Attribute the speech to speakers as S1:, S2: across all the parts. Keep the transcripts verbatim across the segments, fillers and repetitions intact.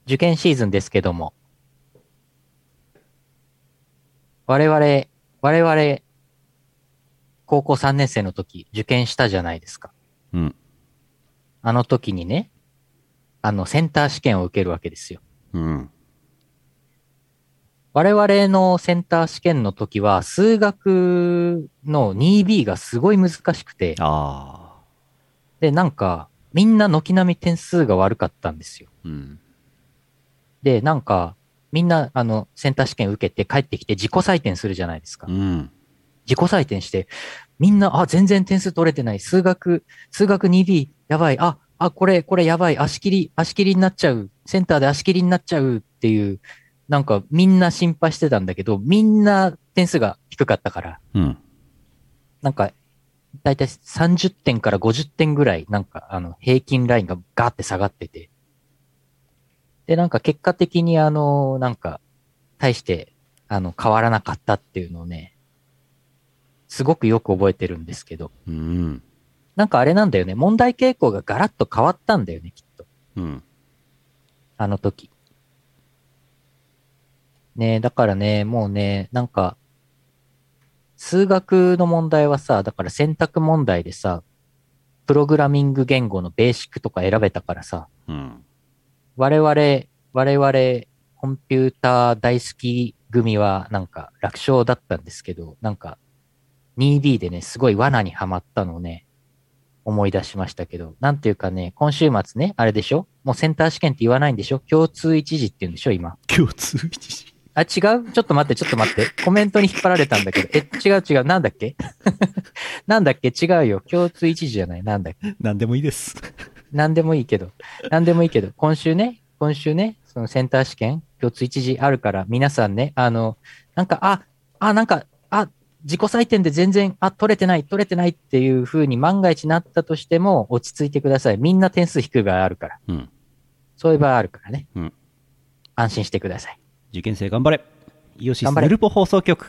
S1: 受験シーズンですけども、我々、我々、高校さんねん生の時、受験したじゃないですか。
S2: うん。
S1: あの時にね、あの、センター試験を受けるわけですよ。
S2: うん。
S1: 我々のセンター試験の時は、数学の にビー がすごい難しくて、
S2: ああ。
S1: で、なんか、みんな軒並み点数が悪かったんですよ。
S2: うん。
S1: で、なんか、みんな、あの、センター試験受けて帰ってきて自己採点するじゃないですか。
S2: うん。
S1: 自己採点して、みんな、あ、全然点数取れてない。数学、数学 にビー、やばい。あ、あ、これ、これやばい。足切り、足切りになっちゃう。センターで足切りになっちゃうっていう、なんかみんな心配してたんだけど、みんな点数が低かったから、
S2: うん。
S1: なんか、だいたいさんじゅってんからごじゅってんぐらい、なんか、あの、平均ラインがガーって下がってて、で、なんか結果的にあの、なんか、大して、あの、変わらなかったっていうのをね、すごくよく覚えてるんですけど、
S2: うん。
S1: なんかあれなんだよね。問題傾向がガラッと変わったんだよね、きっと。
S2: うん。
S1: あの時。ねだからね、もうね、なんか、数学の問題はさ、だから選択問題でさ、プログラミング言語のベーシックとか選べたからさ、
S2: うん。
S1: 我々、我々、コンピューター大好き組はなんか楽勝だったんですけど、なんか にビー でね、すごい罠にはまったのをね、思い出しましたけど、なんていうかね、今週末ね、あれでしょもうセンター試験って言わないんでしょ共通一次って言うんでしょ今。
S2: 共通一時。
S1: あ、違うちょっと待って、ちょっと待って。コメントに引っ張られたんだけど。え、違う違う。なんだっけなんだっけ違うよ。共通一次じゃない。なんだっけ
S2: 何でもいいです。
S1: なんでもいいけど。なんでもいいけど。今週ね、今週ね、そのセンター試験、共通一次あるから、皆さんね、あの、なんか、あ、あ、なんか、あ、自己採点で全然、あ、取れてない、取れてないっていう風に万が一なったとしても、落ち着いてください。みんな点数低い場合あるから。
S2: うん。
S1: そういう場合あるからね。
S2: うん。
S1: 安心してください。
S2: 受験生頑張れ。イオシ
S1: 頑張れ。
S2: スヌルポ放送局。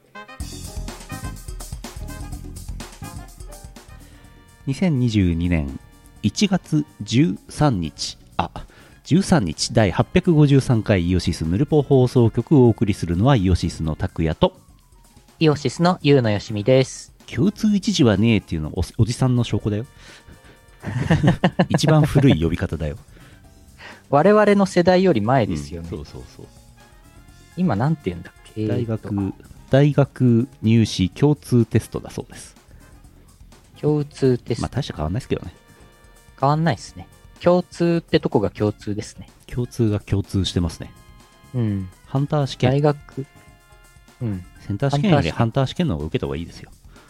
S2: にせんにじゅうにねんいちがつじゅうさんにち、あ、じゅうさんにちだいはっぴゃくごじゅうさんかいイオシスヌルポ放送局をお送りするのはイオシスの拓也と、
S1: イオシスのゆうのよしみです。
S2: 共通一時はねえっていうのは お, おじさんの証拠だよ。一番古い呼び方だよ。
S1: 我々の世代より前
S2: うん、
S1: ですよね。
S2: そうそうそう。
S1: 今なんて言うんだっけ
S2: 大
S1: えーっと
S2: 学、大学入試共通テストだそうです。
S1: 共通テスト。
S2: まあ大して変わんないですけどね。
S1: 変わんないですね。共通ってとこが共通ですね。
S2: 共通が共通してますね。
S1: うん。
S2: ハンター試験、
S1: 大学、うん。
S2: センター試験よりハンター試験の方が受けた方がいいですよ。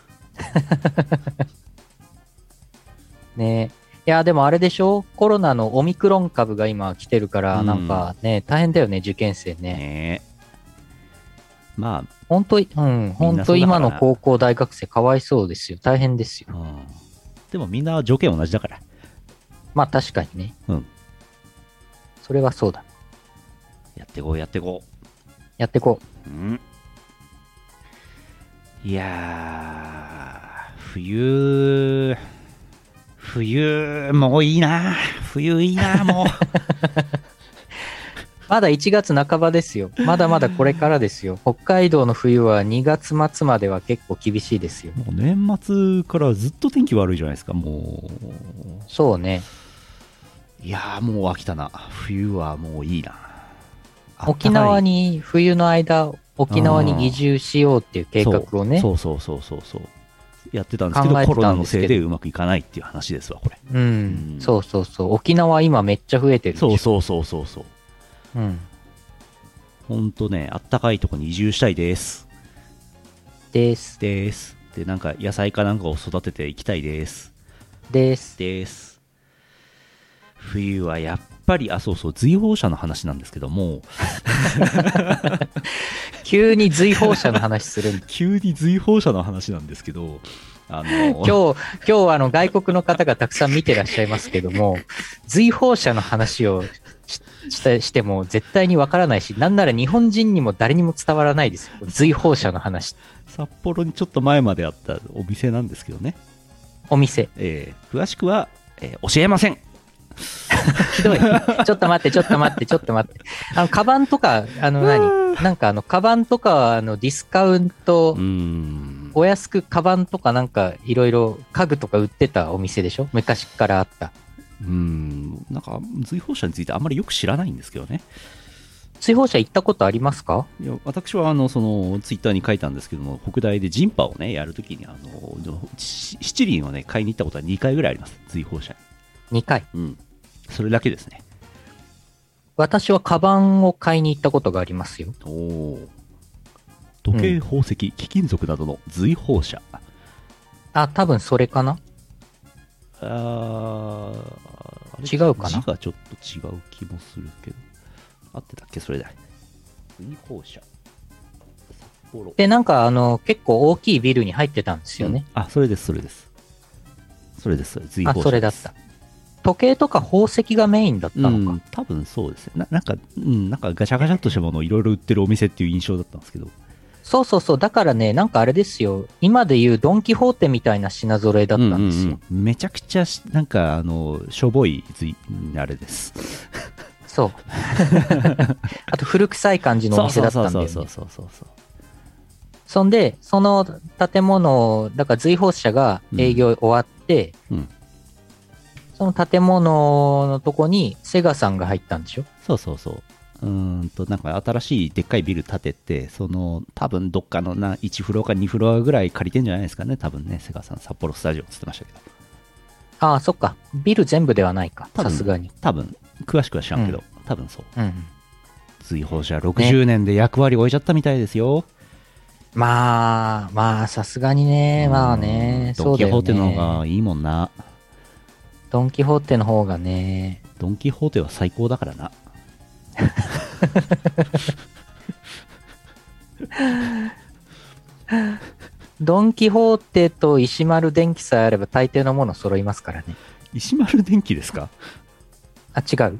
S1: ねいや、でもあれでしょコロナのオミクロン株が今来てるか
S2: う
S1: ら、なん
S2: ん。
S1: かね、大変だよね、受験生ね。
S2: ねえ。まあ、
S1: 本当、うん、
S2: みんな
S1: 本当
S2: そうだから、
S1: 今の高校大学生かわいそうですよ。大変ですよ。
S2: うん。でもみんな条件同じだから。
S1: まあ確かにね。
S2: うん。
S1: それはそうだ。
S2: やってこう、やってこ
S1: やってこ
S2: う。うん。いやー、冬、冬、もういいな。冬いいな、もう。
S1: う。まだいちがつなかばですよ。まだまだこれからですよ。北海道の冬はにがつ末までは結構厳しいですよ。
S2: もう年末からずっと天気悪いじゃないですか、も
S1: そうね。
S2: う。いやー、もう飽きたな。冬はもういいな。あった
S1: 沖
S2: かい。
S1: 縄に冬の間、沖縄に移住しようっていう計画
S2: そう
S1: をね、
S2: そうそうそうそうそう。やってたんですけど、
S1: 考えて
S2: コロナの
S1: たんですけど。
S2: せいでうまくいかないっていう話ですわ、これ。
S1: う
S2: う
S1: ん。
S2: ん。
S1: そうそうそう。沖縄今めっちゃ増えてるでしょ。
S2: そうそうそうそうそう。
S1: うん。
S2: ほんとね、あったかいとこに移住したいです。
S1: です。
S2: です。で、なんか野菜かなんかを育てていきたいです。
S1: です。
S2: です。冬はやっぱり、あ、そうそう、随放射の話なんですけども、
S1: 急に随放射の話するんだ。
S2: 急に随放射の話なんですけど、あの、
S1: 今日、今日あの外国の方がたくさん見てらっしゃいますけども、随放射の話をししたしても絶対にわからないし、なんなら日本人にも誰にも伝わらないですよ。随放射の話。
S2: 札幌にちょっと前まであったお店なんですけどね、
S1: お店。
S2: えー詳しくは、えー教えません。
S1: ひどい。ちょっと待って、ちょっと待って、ちょっと待って。あの、カバンとか、あの何、なんかあの、カバンとかは、あの、ディスカウント、
S2: うーん。
S1: お安くカバンとかなんか、いろいろ家具とか売ってたお店でしょ？昔からあった。
S2: うーん。なんか、随放射についてあんまりよく知らないんですけどね。
S1: 追放車行ったことありますか？
S2: いや私はあのそのツイッターに書いたんですけども、北大でジンパをねやるときにあのし七輪をね買いに行ったことはにかいぐらいあります、随放射
S1: にかい。
S2: に。うん、それだけですね。
S1: 私はカバンを買いに行ったことがありますよ。
S2: おお。時計、宝石、貴金属などの随放射。
S1: あ、多分それかな？
S2: あー、あれ
S1: 違うかな？
S2: 字がちょっと違う気もするけど。合ってたっけ？それだ。随放射。札幌。
S1: で、なんかあの、結構大きいビルに入ってたんですよね。
S2: うん、あ、それです、それです。それです、それ。随放
S1: あ、
S2: 射です。
S1: それだった。時計とか宝石がメインだったのか。
S2: うん、多分そうですね。ななんか、うん、なんかガチャガチャっとしたものをいろいろ売ってるお店っていう印象だったんですけど。
S1: そうそうそう。だからね、なんかあれですよ。今でいうドン・キホーテみたいな品揃えだったんですよ。
S2: うんうんうん、めちゃくちゃし、なんか、あの、しょぼいずい、あれです。
S1: そう。あと古臭い感じのお店だったんだよね。
S2: そうそうそうそうそう。
S1: そんで、その建物、だから随放射が営業終わって、
S2: うんうん、
S1: その建物のとこにセガさんが入ったんでしょ？
S2: そうそうそう。うーんと、なんか新しいでっかいビル建てて、その、多分どっかのないちフロアかにフロアぐらい借りてんじゃないですかね、多分ね、セガさん、札幌スタジオっつってましたけど。
S1: ああ、そっか。ビル全部ではないか。さすがに。
S2: 多分、詳しくは知らんけど、うん、多分そう。
S1: うん。
S2: 随放射ろくじゅうねんで役割終えちゃったみたいですよ。ね、
S1: まあ、まあ、さすがにね、まあね、
S2: ドン・キホーテの
S1: そうだよね。
S2: 方がいいもんな。
S1: ドン・キホーテの方がね。
S2: ドン・キホーテは最高だからな。
S1: ドン・キホーテと石丸電機さえあれば大抵のもの揃いますからね。
S2: 石丸電機ですか？
S1: あ、違う。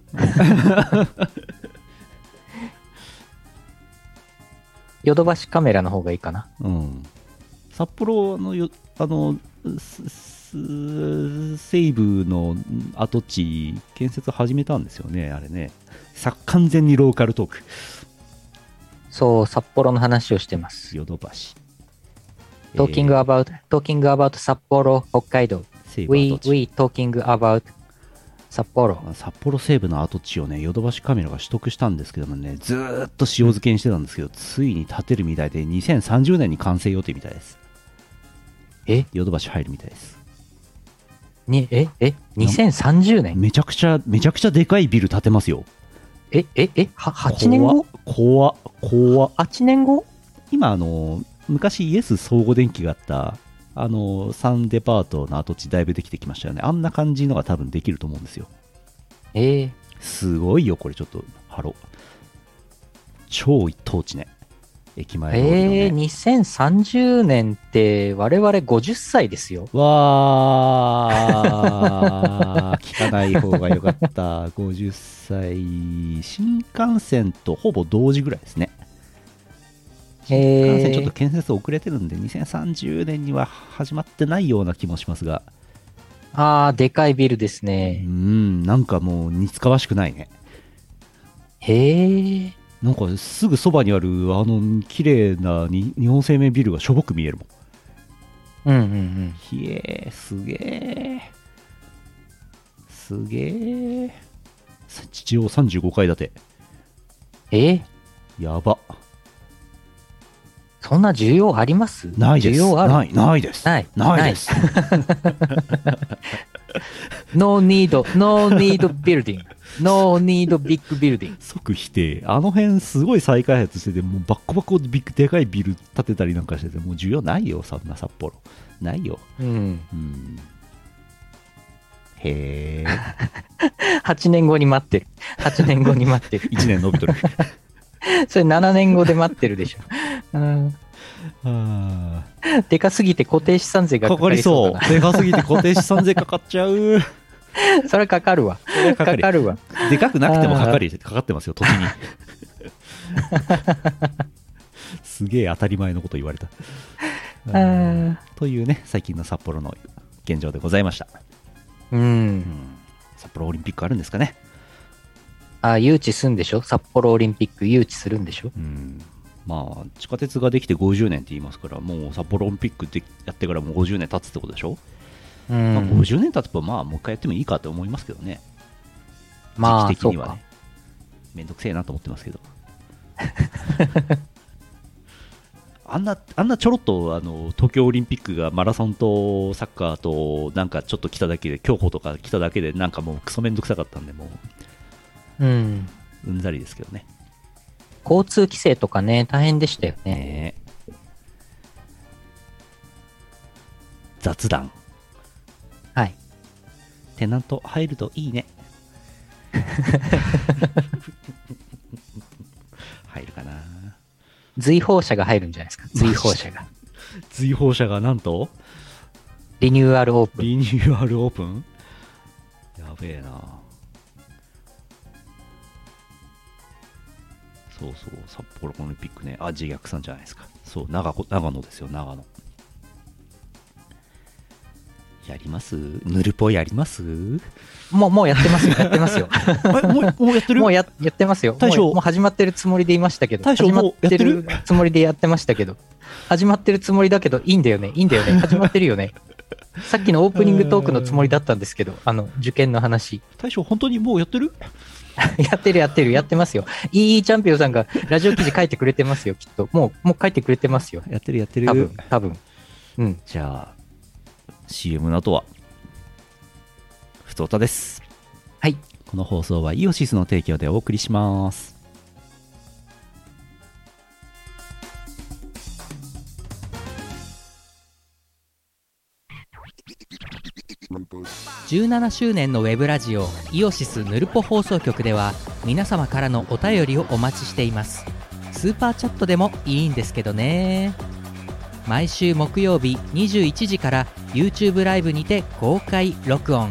S1: ヨドバシカメラの方がいいかな。
S2: うん。札幌のよ、あの、西部の跡地、建設始めたんですよね、あれね。さ完全にローカルトーク。
S1: そう、札幌の話をしてます。
S2: ヨドバシ。
S1: Talking about, talking about 札幌、北海道。We, we talking about 札幌。
S2: 札幌西部の跡地をね、ヨドバシカメラが取得したんですけどもね、ずーっと塩漬けにしてたんですけど、ついに建てるみたいで、にせんさんじゅうねんに完成予定みたいです。
S1: え
S2: ヨドバシ入るみたいです。
S1: に、ええ ?にせんさんじゅうねん?
S2: めちゃくちゃ、めちゃくちゃでかいビル建てますよ。
S1: え、え、え、は、はちねんご？
S2: 怖っ、怖っ。
S1: はちねんご？
S2: 今、あの、昔イエス総合電機があった、あの、サンデパートの跡地だいぶできてきましたよね。あんな感じのが多分できると思うんですよ。
S1: えー、
S2: すごいよ、これちょっと、ハロ。超一等地ね。駅前通りのね。
S1: えー、にせんさんじゅうねんって我々ごじゅっさいですよ。
S2: わー、聞かない方がよかった。ごじゅっさい、新幹線とほぼ同時ぐらいですね。新幹線ちょっと建設遅れてるんで、にせんさんじゅうねんには始まってないような気もしますが。
S1: あー、でかいビルですね。
S2: うん、なんかもう似つかわしくないね。
S1: へー。
S2: なんかすぐそばにあるあの綺麗な日本生命ビルがしょぼく見える
S1: もん。うんうんうん。
S2: ひえー、すげえ。すげえ。地上さんじゅうごかい建て。
S1: えー、
S2: やば。
S1: そんな需要あります？
S2: ないです。
S1: 需要ある？
S2: ない、ないです。
S1: ない。
S2: ないです。
S1: No need, no need building. No need big building.
S2: 即否定。あの辺すごい再開発してて、もうバッコバコでビッグでかいビル建てたりなんかしてて、もう需要ないよ、そんな札幌。ないよ。
S1: うん。
S2: うん、へえ。
S1: はちねんごに待ってる。はちねんごに待ってる。
S2: いちねん伸びとる。
S1: それななねんごで待ってるでしょ。うん、
S2: あ
S1: でかすぎて固定資産税がかかりそうだな。
S2: かかりそう。でかすぎて固定資産税かかっちゃう。
S1: それかかるわ。かかる。かかるわ。
S2: でかくなくてもかかり、かかってますよ、土地に。すげえ当たり前のこと言われた。というね、最近の札幌の現状でございました。
S1: うん。うん、
S2: 札幌オリンピックあるんですかね。
S1: あ、誘致するんでしょ？札幌オリンピック誘致するんでしょ？
S2: うん。まあ、地下鉄ができてごじゅうねんって言いますから、もう札幌オリンピックでやってからもうごじゅうねん経つってことでしょ。
S1: うん。
S2: まあ、ごじゅうねん経つと、まあ、もう一回やってもいいかと思いますけどね。
S1: まあ、
S2: 時期的にはね。
S1: そうか。
S2: めんどくせえなと思ってますけど。あんな、あんなちょろっとあの東京オリンピックがマラソンとサッカーとなんかちょっと来ただけで、競歩とか来ただけで、なんかもうクソめんどくさかったんで、も
S1: うん。
S2: ううんざりですけどね。
S1: 交通規制とかね、大変でしたよね。
S2: ねえ、雑談。
S1: はい。
S2: テナント入るといいね。入るかな。
S1: 随放射が入るんじゃないですか。随放射が。
S2: 随放射がなんと
S1: リニューアルオープン。
S2: リニューアルオープン。やべえな。そうそう、札幌オリンピックね。あ、自虐さんじゃないですか。そう、長野、長野ですよ、長野。やります？ヌルポやります？
S1: もう、もうやってますよ。やってますよ。
S2: え、もう、もうやってる？
S1: もうややってますよ。
S2: 大将
S1: もうもう始まってるつもりでいましたけど。
S2: 大将
S1: 始ま
S2: もうやってる
S1: つもりでやってましたけど。始まってるつもりだけど、いいんだよね。いいんだよね。始まってるよね。さっきのオープニングトークのつもりだったんですけど、あの、受験の話。
S2: 大将、本当にもうやってる？
S1: やってるやってる、やってますよ。イーイー チャンピオンさんがラジオ記事書いてくれてますよ、きっと。もう、もう書いてくれてますよ。
S2: やってるやってる。
S1: 多分、多分。うん。
S2: じゃあ、シーエム の後は、ふつおたです。
S1: はい。
S2: この放送はイオシスの提供でお送りします。
S3: じゅうななしゅうねんのウェブラジオイオシスヌルポ放送局では皆様からのお便りをお待ちしています。スーパーチャットでもいいんですけどね。毎週木曜日にじゅういちじから YouTube ライブにて公開録音。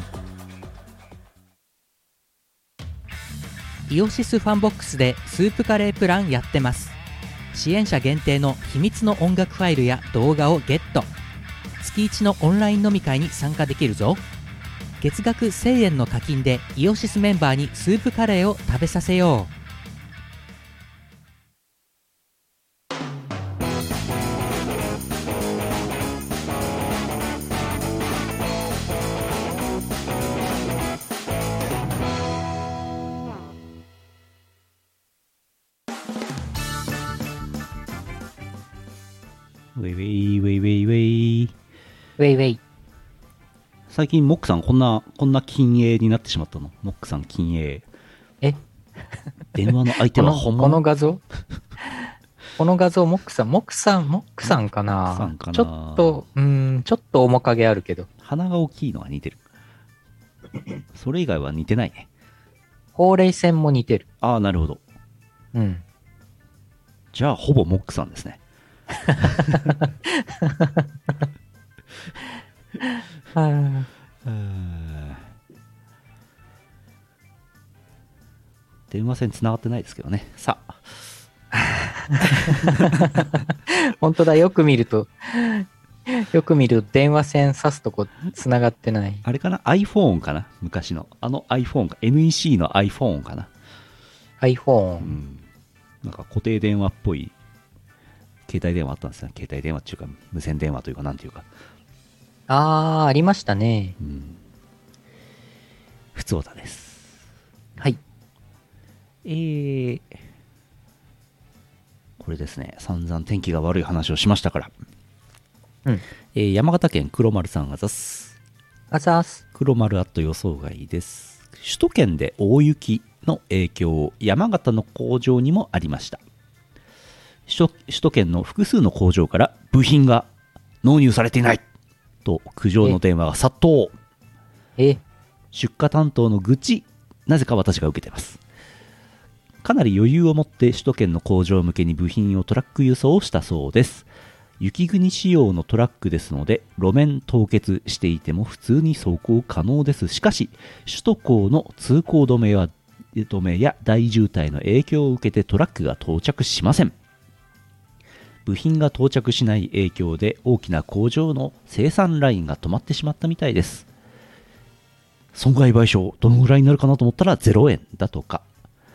S3: イオシスファンボックスでスープカレープランやってます。支援者限定の秘密の音楽ファイルや動画をゲット。月いちのオンライン飲み会に参加できるぞ。月額せんえんの課金でイオシスメンバーにスープカレーを食べさせよ
S2: ウェイウェイウェイウェイウェイ。
S1: ウェイウェイ。
S2: 最近モックさんこんなこんな禁煙になってしまったの？モックさん禁煙。
S1: え
S2: 電話の相手は本物？
S1: この画像この画像、モックさん、モックさん、モックさんか
S2: モッ
S1: な
S2: クさんかな。
S1: ちょっと、うーん、ちょっと面影あるけど。
S2: 鼻が大きいのは似てる。それ以外は似てないね。
S1: ほうれい線も似てる。
S2: ああ、なるほど。
S1: うん。
S2: じゃあ、ほぼモックさんですね。
S1: は
S2: 電話線つながってないですけどね。さあ。
S1: 本当だ、よく見ると、よく見ると電話線挿すとこつながってない。
S2: あれかな ?iPhone かな昔の。あの iPhone か。エヌイーシー の iPhone かな。
S1: iPhone。
S2: うん。なんか固定電話っぽい携帯電話あったんですよ。携帯電話っていうか、無線電話というか、なんていうか。
S1: あー、ありましたね。
S2: うん。ふつおたです。
S1: はい。
S2: えー、これですね。散々天気が悪い話をしましたから。
S1: うん。
S2: えー、山形県黒丸さんあざす。
S1: あざーす。
S2: 黒丸アット予想外です。首都圏で大雪の影響、山形の工場にもありました。首都、首都圏の複数の工場から部品が納入されていないと苦情の電話が殺到。
S1: え
S2: 出荷担当の愚痴、なぜか私が受けています。かなり余裕を持って首都圏の工場向けに部品をトラック輸送したそうです。雪国仕様のトラックですので路面凍結していても普通に走行可能です。しかし首都高の通行止めや止めや大渋滞の影響を受けてトラックが到着しません。部品が到着しない影響で大きな工場の生産ラインが止まってしまったみたいです。 損害賠償どのぐらいになるかなと思ったらゼロえんだとか、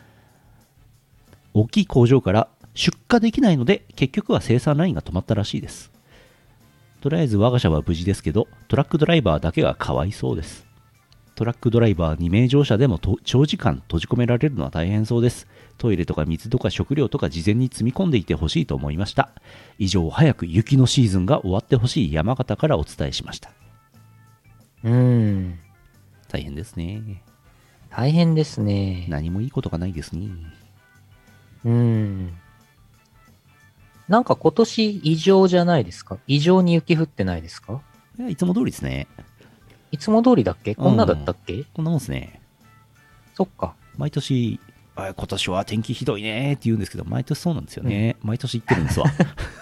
S2: 大きい工場から出荷できないので結局は生産ラインが止まったらしいです。とりあえず我が社は無事ですけど、トラックドライバーだけがかわいそうです。トラックドライバーに名乗車でもと長時間閉じ込められるのは大変そうです。トイレとか水とか食料とか事前に積み込んでいてほしいと思いました。以上、早く雪のシーズンが終わってほしい山形からお伝えしました。
S1: うーん。
S2: 大変ですね。
S1: 大変ですね。
S2: 何もいいことがないですね。
S1: うーん。なんか今年異常じゃないですか？異常に雪降ってないですか？
S2: いや、いつも通りですね。
S1: いつも通りだっけ？こんなだったっけ？
S2: こんなもんですね。
S1: そっか。
S2: 毎年、あ、今年は天気ひどいねって言うんですけど、毎年そうなんですよね。うん、毎年言ってるんですわ。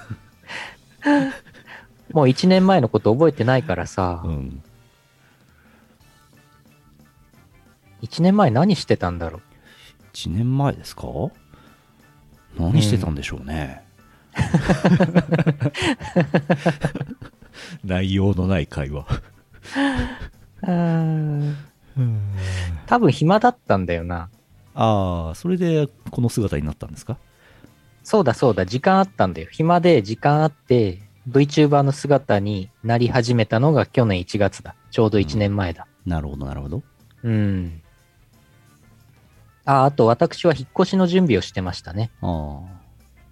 S1: もういちねんまえのこと覚えてないからさ。
S2: うん。
S1: いちねんまえ何してたんだろう。
S2: いちねんまえですか？何してたんでしょうね。内容のない会話。
S1: 多分暇だったんだよな。
S2: ああ、それでこの姿になったんですか？
S1: そうだそうだ、時間あったんだよ。暇で時間あって VTuber の姿になり始めたのが去年いちがつだ。ちょうどいちねんまえだ。
S2: うん、なるほどなるほど。
S1: うん。あ、あと私は引っ越しの準備をしてましたね。
S2: ああ。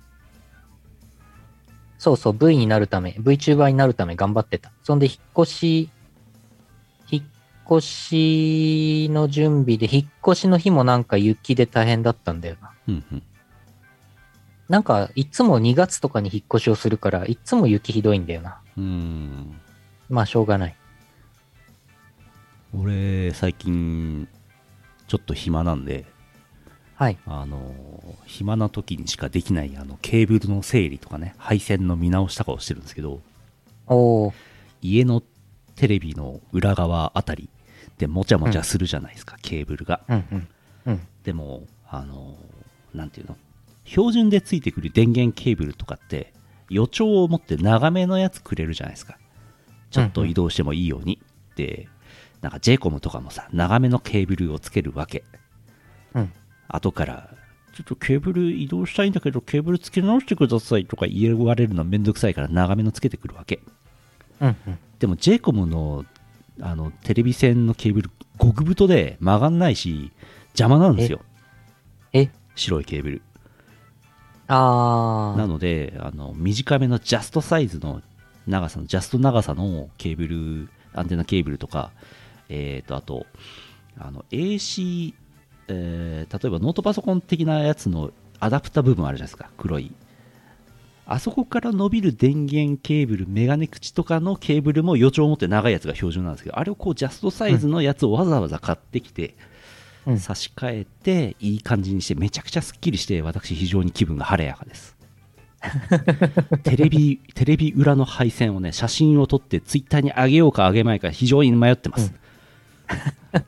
S1: そうそう、V になるため、VTuber になるため頑張ってた。そんで引っ越し、引っ越しの準備で、引っ越しの日もなんか雪で大変だったんだよな。
S2: うんうん。
S1: なんか、いつもにがつとかに引っ越しをするから、いつも雪ひどいんだよな。
S2: うーん。
S1: まあ、しょうがない。
S2: 俺、最近、ちょっと暇なんで、
S1: はい。
S2: あの、暇な時にしかできない、あの、ケーブルの整理とかね、配線の見直しとかをしてるんですけど、
S1: おー。
S2: 家のテレビの裏側あたりでもちゃもちゃするじゃないですか、うん、ケーブルが。
S1: うんうん。うん。
S2: でも、あの、なんていうの？標準でついてくる電源ケーブルとかって、予兆を持って長めのやつくれるじゃないですか。ちょっと移動してもいいように。うんうん、で、なんか ジェイコム とかもさ、長めのケーブルをつけるわけ。
S1: うん。
S2: 後から、ちょっとケーブル移動したいんだけど、ケーブルつけ直してくださいとか言われるのめんどくさいから長めのつけてくるわけ。
S1: うんうん、
S2: でも ジェイコム の, あのテレビ線のケーブル、極太で曲がんないし、邪魔なんですよ。
S1: ええ
S2: 白いケーブル。
S1: あー。
S2: なので、あの短めのジャストサイズの長さの、ジャスト長さのケーブル、アンテナケーブルとか、えーと、あと、あの エーシー、えー、例えばノートパソコン的なやつのアダプタ部分あるじゃないですか、黒い。あそこから伸びる電源ケーブル、メガネ口とかのケーブルも予兆を持って長いやつが標準なんですけど、あれをこうジャストサイズのやつをわざわざ買ってきて、うん、差し替えていい感じにして、めちゃくちゃスッキリして、私非常に気分が晴れやかです。テレビテレビ裏の配線をね、写真を撮ってツイッターに上げようか上げまいか非常に迷ってます。うん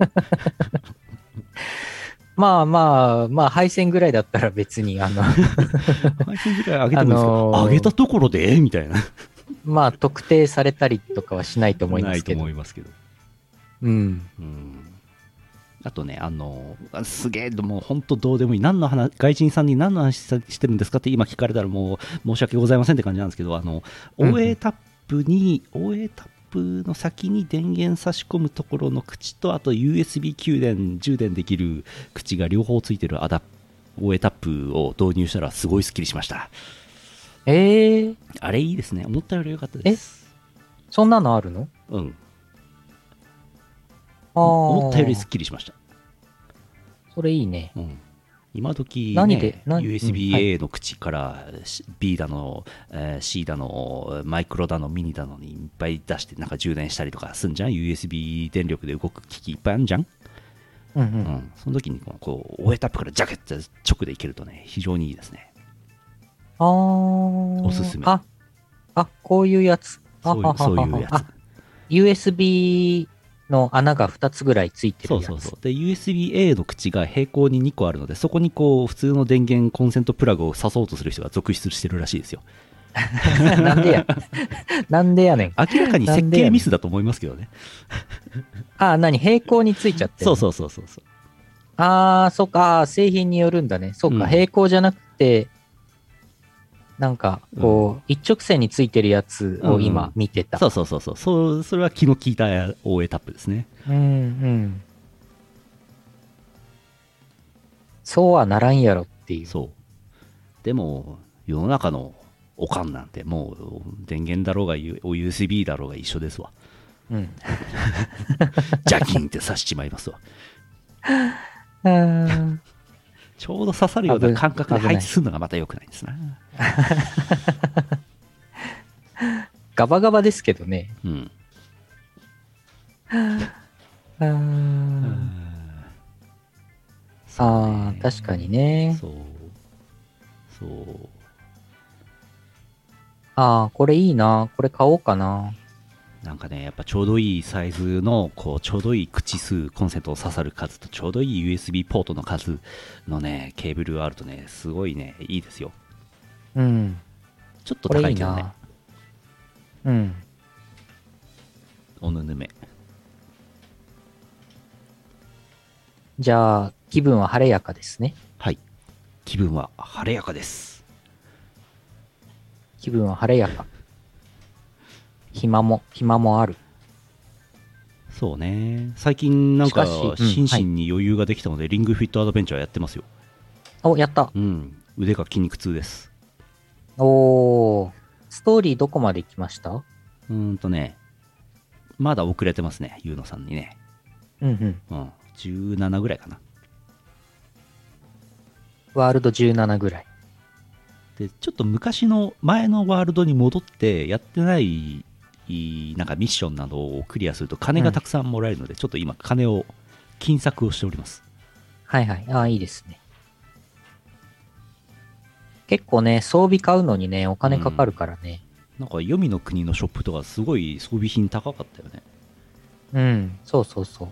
S1: まあまあ、まあ、配線ぐらいだったら別に、あの
S2: 配線ぐらい上げてもいいですか、あのー、上げたところでみたいな。ま
S1: あ、特定されたりとかはしないと思いますけど。
S2: ないと思いますけど。
S1: うん。うん。
S2: あとね、あのー、すげえ、もう本当どうでもいい。何の話、外人さんに何の話してるんですかって今聞かれたらもう申し訳ございませんって感じなんですけど、あの、オーエー タップに、うん、オーエー タップの先に電源差し込むところの口と、あと ユーエスビー 給電、充電できる口が両方ついてるアダ オーエー タップを導入したらすごいスッキリしました。
S1: えー、
S2: あれいいですね。思ったより良かったです。
S1: え、そんなのあるの？
S2: うん。
S1: あ、
S2: 思ったよりスッキリしました。
S1: それいいね。
S2: うん。今時、ね、
S1: 何で
S2: ユーエスビーエー の口から B だの、えー、C だの、マイクロだの、ミニだのにいっぱい出してなんか充電したりとかすんじゃん。 ユーエスビー 電力で動く機器いっぱいあるじゃん。
S1: うんうん。うん、
S2: その時にこう オーエー タップからジャケット直でいけるとね、非常にいいですね。
S1: あー。お
S2: すすめ。
S1: あ、あ、こういうやつ。
S2: そういう、そういうやつ。
S1: ユーエスビーの穴がふたつぐらいついてるやつ。
S2: そうそうそう。で、ユーエスビーエー の口が平行ににこあるので、そこにこう、普通の電源コンセントプラグを挿そうとする人が続出してるらしいですよ。
S1: なんでや。なんでやねん。
S2: 明らかに設計ミスだと思いますけどね。
S1: ああ、何平行についちゃってる
S2: そうそうそうそうそう。
S1: ああ、そっか、あー製品によるんだね。そうか、
S2: うん
S1: 平行じゃなくて、なんか、こう、一直線についてるやつを今見てた。
S2: そうそうそうそう。そう、それは気の利いた オーエー タップですね。
S1: うん、うん。そうはならんやろっていう。
S2: そう。でも、世の中のおかんなんてもう電源だろうが ユーエスビー だろうが一緒ですわ。
S1: うん。
S2: ジャキンって刺しちまいますわ。
S1: あー
S2: ちょうど刺さるような感覚で
S1: 危ない
S2: 配置するのがまた良くないですな。
S1: ガバガバですけどね。
S2: うん。
S1: あーあー、確かにね。
S2: そう。そう。
S1: ああ、これいいな。これ買おうかな。
S2: なんかね、やっぱちょうどいいサイズの、こう、ちょうどいい口数、コンセントを刺さる数と、ちょうどいい ユーエスビー ポートの数のね、ケーブルがあるとね、すごいね、いいですよ。
S1: うん。
S2: ちょっと
S1: これいい
S2: 高いけどね
S1: な。。うん。
S2: おぬぬめ。
S1: じゃあ、気分は晴れやかですね。
S2: はい。気分は晴れやかです。
S1: 気分は晴れやか。暇も、暇もある。
S2: そうね。最近なんか
S1: しかしうん
S2: 心身に余裕ができたので、リングフィットアドベンチャーやってますよ。
S1: お、やった。
S2: うん。腕が筋肉痛です。
S1: おー。ストーリーどこまで行きました
S2: うーんとね、まだ遅れてますね、ゆうのさんにね。
S1: うんうん。
S2: うん。じゅうななぐらいかな。
S1: ワールドじゅうななぐらい。
S2: で、ちょっと昔の前のワールドに戻ってやってないいなんかミッションなどをクリアすると金がたくさんもらえるので、ちょっと今金を金策をしております。
S1: はいはい。ああ、いいですね。結構ね、装備買うのにね、お金かかるからね。
S2: なんか黄泉の国のショップとかすごい装備品高かったよね。
S1: うん、そうそうそう。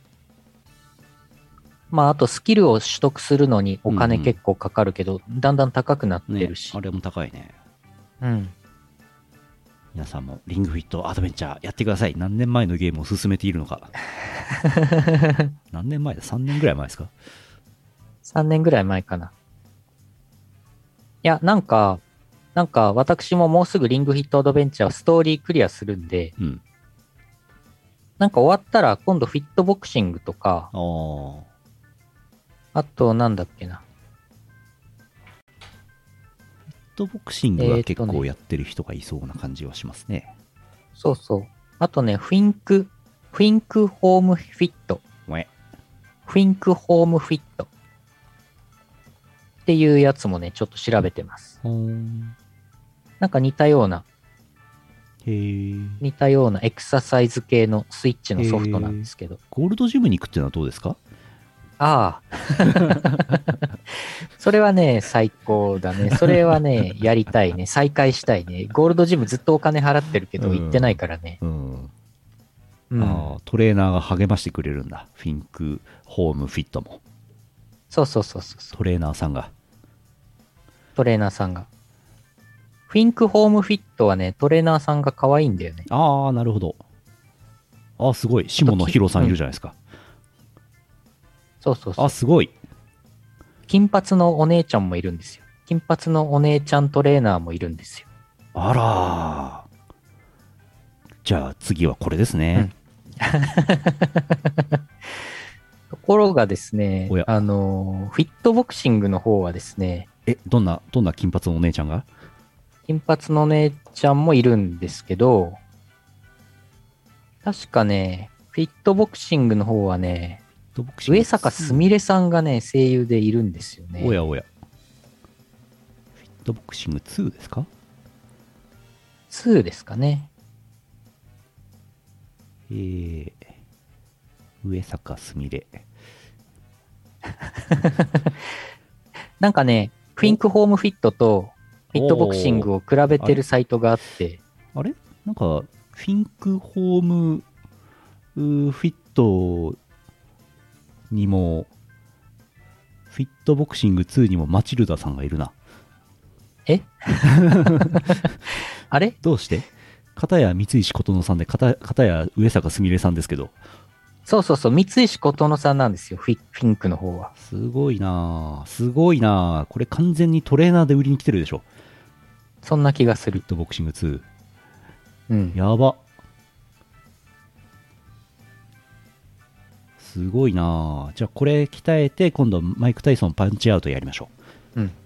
S1: まあ、あとスキルを取得するのにお金
S2: うんうん
S1: 結構かかるけど、だんだん高くなって
S2: ね
S1: るし。
S2: あれも高いね。
S1: うん。
S2: 皆さんもリングフィットアドベンチャーやってください。何年前のゲームを進めているのか。何年前だ ?さん 年ぐらい前ですか？
S1: さんねんぐらい前かな。いや、なんか、なんか私ももうすぐリングフィットアドベンチャーストーリークリアするんで、
S2: うん。
S1: なんか終わったら今度フィットボクシングとか、
S2: ああ。
S1: あとなんだっけな。
S2: フィットボクシングは結
S1: えーっとね
S2: 構やってる人がいそうな感じはしますね。
S1: そうそう。あとね、フィンク、フィンクホームフィット。
S2: おえ。
S1: フィンクホームフィット。っていうやつもね、ちょっと調べてます。
S2: ほーん。
S1: なんか似たような、
S2: へえ。
S1: 似たようなエクササイズ系のスイッチのソフトなんですけど。
S2: ゴールドジムに行くっていうのはどうですか？
S1: ああ。それはね、最高だね。それはね、やりたいね。再開したいね。ゴールドジムずっとお金払ってるけど、
S2: うん
S1: 行ってないからね。
S2: うん。
S1: うん。
S2: ああ、トレーナーが励ましてくれるんだ。フィンクホームフィットも。
S1: そうそうそうそうそう。
S2: トレーナーさんが。
S1: トレーナーさんが。フィンクホームフィットはね、トレーナーさんが可愛いんだよね。
S2: ああ、なるほど。ああ、すごい。下野紘さんいるじゃないですか。
S1: そうそうそう
S2: あ、。すごい。
S1: 金髪のお姉ちゃんもいるんですよ。金髪のお姉ちゃんトレーナーもいるんですよ。
S2: あらー。じゃあ次はこれですね。
S1: ところがですね
S2: おや、
S1: あの、フィットボクシングの方はですね、
S2: え、どんな、どんな金髪のお姉ちゃんが？
S1: 金髪のお姉ちゃんもいるんですけど、確かね、フィットボクシングの方はね、
S2: フィットボクシング
S1: 上坂すみれさんがね、声優でいるんですよね。
S2: おやおや。フィットボクシングツーですか？
S1: ツーですかね。
S2: えー、上坂すみれ。
S1: なんかね、フィンクホームフィットとフィットボクシングを比べてるサイトがあって、
S2: あれなんか、フィンクホームうーフィットにも、フィットボクシングツーにもマチルダさんがいるな。
S1: えあれ
S2: どうして片や三石琴乃さんで片、片や上坂すみれさんですけど。
S1: そうそうそう、三石琴乃さんなんですよ、フィフィンクの方は。
S2: すごいなぁ。すごいなぁ。これ完全にトレーナーで売りに来てるでしょ。
S1: そんな気がする。
S2: フィットボクシングツ
S1: うん。
S2: ー。やば。すごいなぁ。じゃあこれ鍛えて、今度マイク・タイソンパンチアウトやりましょ
S1: うん。
S2: う。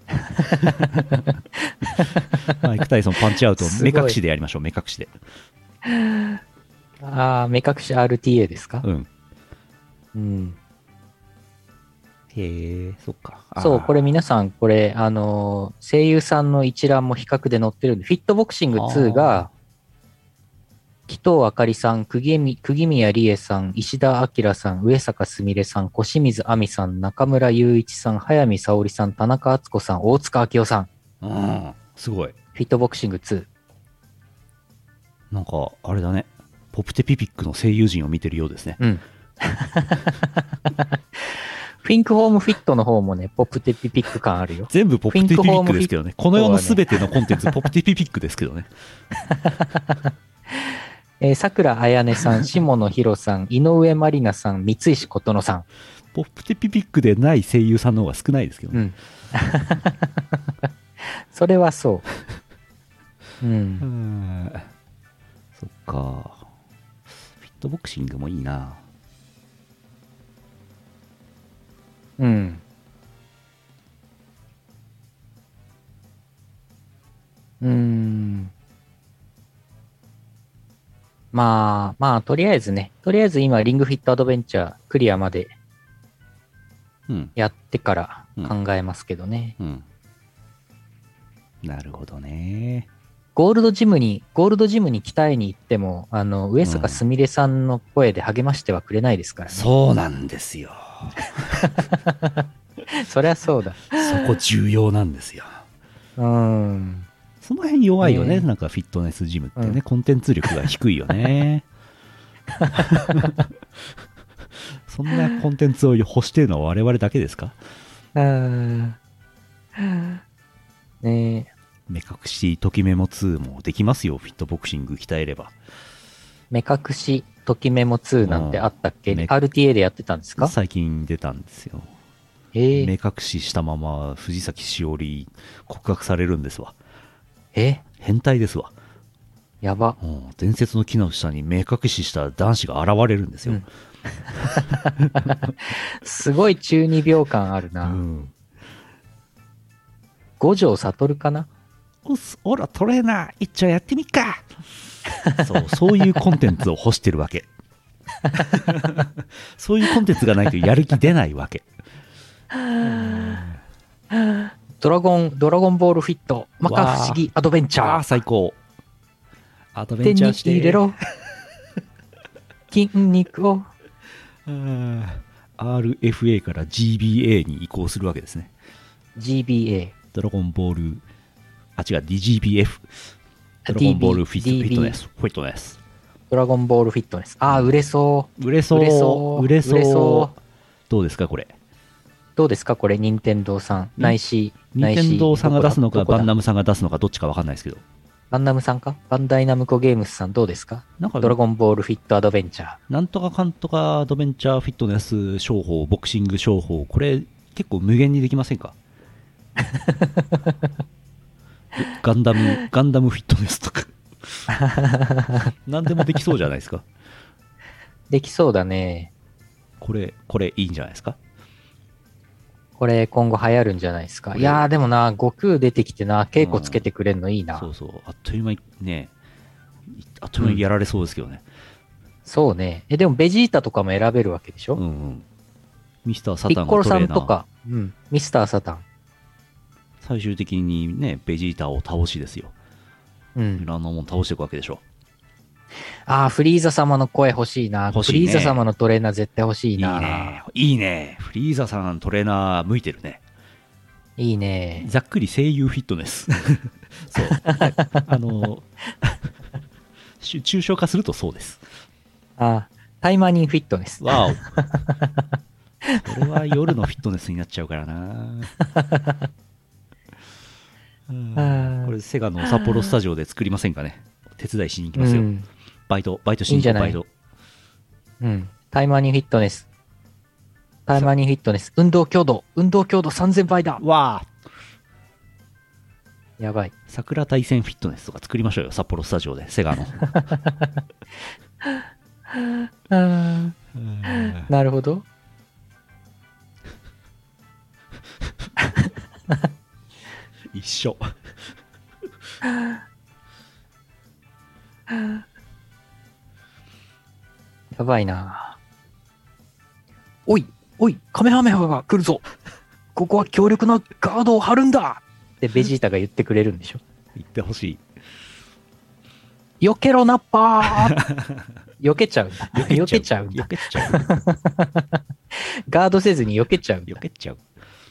S2: マイク・タイソンパンチアウト
S1: すごい
S2: 目隠しでやりましょう、目隠しで。
S1: ああ、目隠し アールティーエー ですか？
S2: うん。
S1: うん。
S2: へえ、そっか。あー
S1: そう、これ皆さん、これ、あのー声優さんの一覧も比較で載ってるんで、フィットボクシングツーが、紀藤あかりさん、釘み釘宮理恵さん、石田明さん、上坂すみれさん、小清水亜美さん、中村雄一さん、早見沙織さん、田中敦子さん、大塚明夫さん、
S2: うん。すごい。
S1: フィットボクシングツー。
S2: なんか、あれだね。ポプテピピックの声優陣を見てるようですね。
S1: うん。フィンクホームフィットの方もね、ポプテピピック感あるよ。
S2: 全部ポプテピピックですけどね。この世のすべてのコンテンツ、ポプテピピックですけどね。
S1: えー、桜彩音さん、下野紘さん、井上まりなさん、三石琴乃さん。
S2: ポプテピピックでない声優さんの方が少ないですけどね。
S1: うん。それはそう。う。
S2: うんん。そっか。フィットボクシングもいいな。
S1: うん。うーん。まあ、まあ、とりあえずね、とりあえず今、リングフィットアドベンチャークリアまで
S2: うん。
S1: やってから考えますけどね。
S2: うん。なるほどね。
S1: ゴールドジムに、ゴールドジムに鍛えに行っても、あの、上坂すみれさんの声で励ましてはくれないですからね。
S2: そうなんですよ。
S1: そりゃそうだ。
S2: そこ重要なんですよ。
S1: うーん。
S2: その辺弱いよね。
S1: ねえ
S2: なんかフィットネスジムってね、
S1: うん
S2: コンテンツ力が低いよね。そんなコンテンツを欲してるのは我々だけですか？
S1: うーん。ねえ。
S2: 目隠しときメモツーもできますよ。フィットボクシング鍛えれば。
S1: 目隠しときメモツーなんてあったっけ？
S2: うん
S1: アールティーエー でやってたんですか？
S2: 最近出たんですよ。
S1: えー、
S2: 目隠ししたまま藤崎しおり告白されるんですわ。
S1: え
S2: 変態ですわ。
S1: やば。
S2: うん、伝説の木の下に目隠しした男子が現れるんですよ。
S1: うんすごい中二病感ある
S2: う
S1: な。
S2: ん、
S1: 五条悟かな？
S2: おっす、おらトレーナー一丁やってみっか。そうそういうコンテンツを欲してるわけ。そういうコンテンツがないとやる気出ないわけ。
S1: ドラゴン、ドラゴンボールフィット、摩訶不思議アドベンチ
S2: ああ
S1: ャー。
S2: 最高。アドベ
S1: 手に
S2: ンチャーして
S1: 入れろ。筋肉を。
S2: うん アールエフエー から ジービーエー に移行するわけですね。
S1: ジービーエー。
S2: ドラゴンボール、あ、違う、ディージービーエフ。ドラゴンボールフィット
S1: ディービー
S2: フィットネス。フィットネス。
S1: ドラゴンボールフィットネス。ああ、売れそ
S2: 売れそう。
S1: 売れそう
S2: 売れそう。
S1: 売れそう
S2: どうですか、これ。
S1: う。どうですかこれ、任天堂さん。ないし、
S2: 任天堂さんが出すのか、
S1: どこだ
S2: バンナムさんが出すのか、どっちかわかんないですけど。
S1: バンナムさんかバンダイナムコゲームスさんどうですか？
S2: なんか、
S1: ドラゴンボールフィットアドベンチャー。
S2: なんとかかんとかアドベンチャーフィットネス商法、ボクシング商法、これ結構無限にできませんか？ガンダム、ガンダムフィットネスとか。何でもできそうじゃないですか。
S1: できそうだね。
S2: これ、これいいんじゃないですか？
S1: これ今後流行るんじゃないですか。
S2: これ
S1: いやーでもな、悟空出てきてな、稽古つけてくれんのいいな。
S2: そうそう、あっという間にね、あっという間にやられそうですけどね。
S1: そうね。え、でもベジータとかも選べるわけでしょ、
S2: うんうん。ミスターサ
S1: ピッコロさ
S2: タンがトレーナー。
S1: んとか、うん。ミスターサタン。
S2: 最終的にね、ベジータを倒しですよ。
S1: うん
S2: い。ろんなもん倒していくわけでしょ。
S1: あー、フリーザ様の声欲しいな。
S2: 欲しいね
S1: フリーザ様のトレーナー絶対欲しい
S2: いい
S1: な。
S2: ね。いいね。フリーザさんトレーナー向いてるね。
S1: いいね。
S2: ざっくり声優フィットネス。そう。あの、し抽象化するとそうです。
S1: あー、タイマニーフィットネス。
S2: わお。それは夜のフィットネスになっちゃうからな。うん
S1: あ
S2: セガの札幌スタジオで作りませんかね。手伝いしに行きますよ。
S1: うん。
S2: バイト、バイトし
S1: いいんじゃない
S2: に行くバイト。
S1: うん。タイマーニーフィットネス。タイマーニーフィットネス。運動強度。運動強度さんぜんばいだ。
S2: わあ
S1: やばい。
S2: 桜大戦フィットネスとか作りましょうよ、札幌スタジオで、セガの。
S1: なるほど。
S2: 一緒。
S1: やばいな。おい、おい、カメハメハが来るぞ。ここは強力なガードを張るんだってベジータが言ってくれるんでしょ。
S2: 言ってほし
S1: 避けろナッパー避けちゃう。
S2: い。
S1: 避けちゃう。
S2: 避けちゃう。
S1: ガードせずに避けちゃう。
S2: 避けちゃう。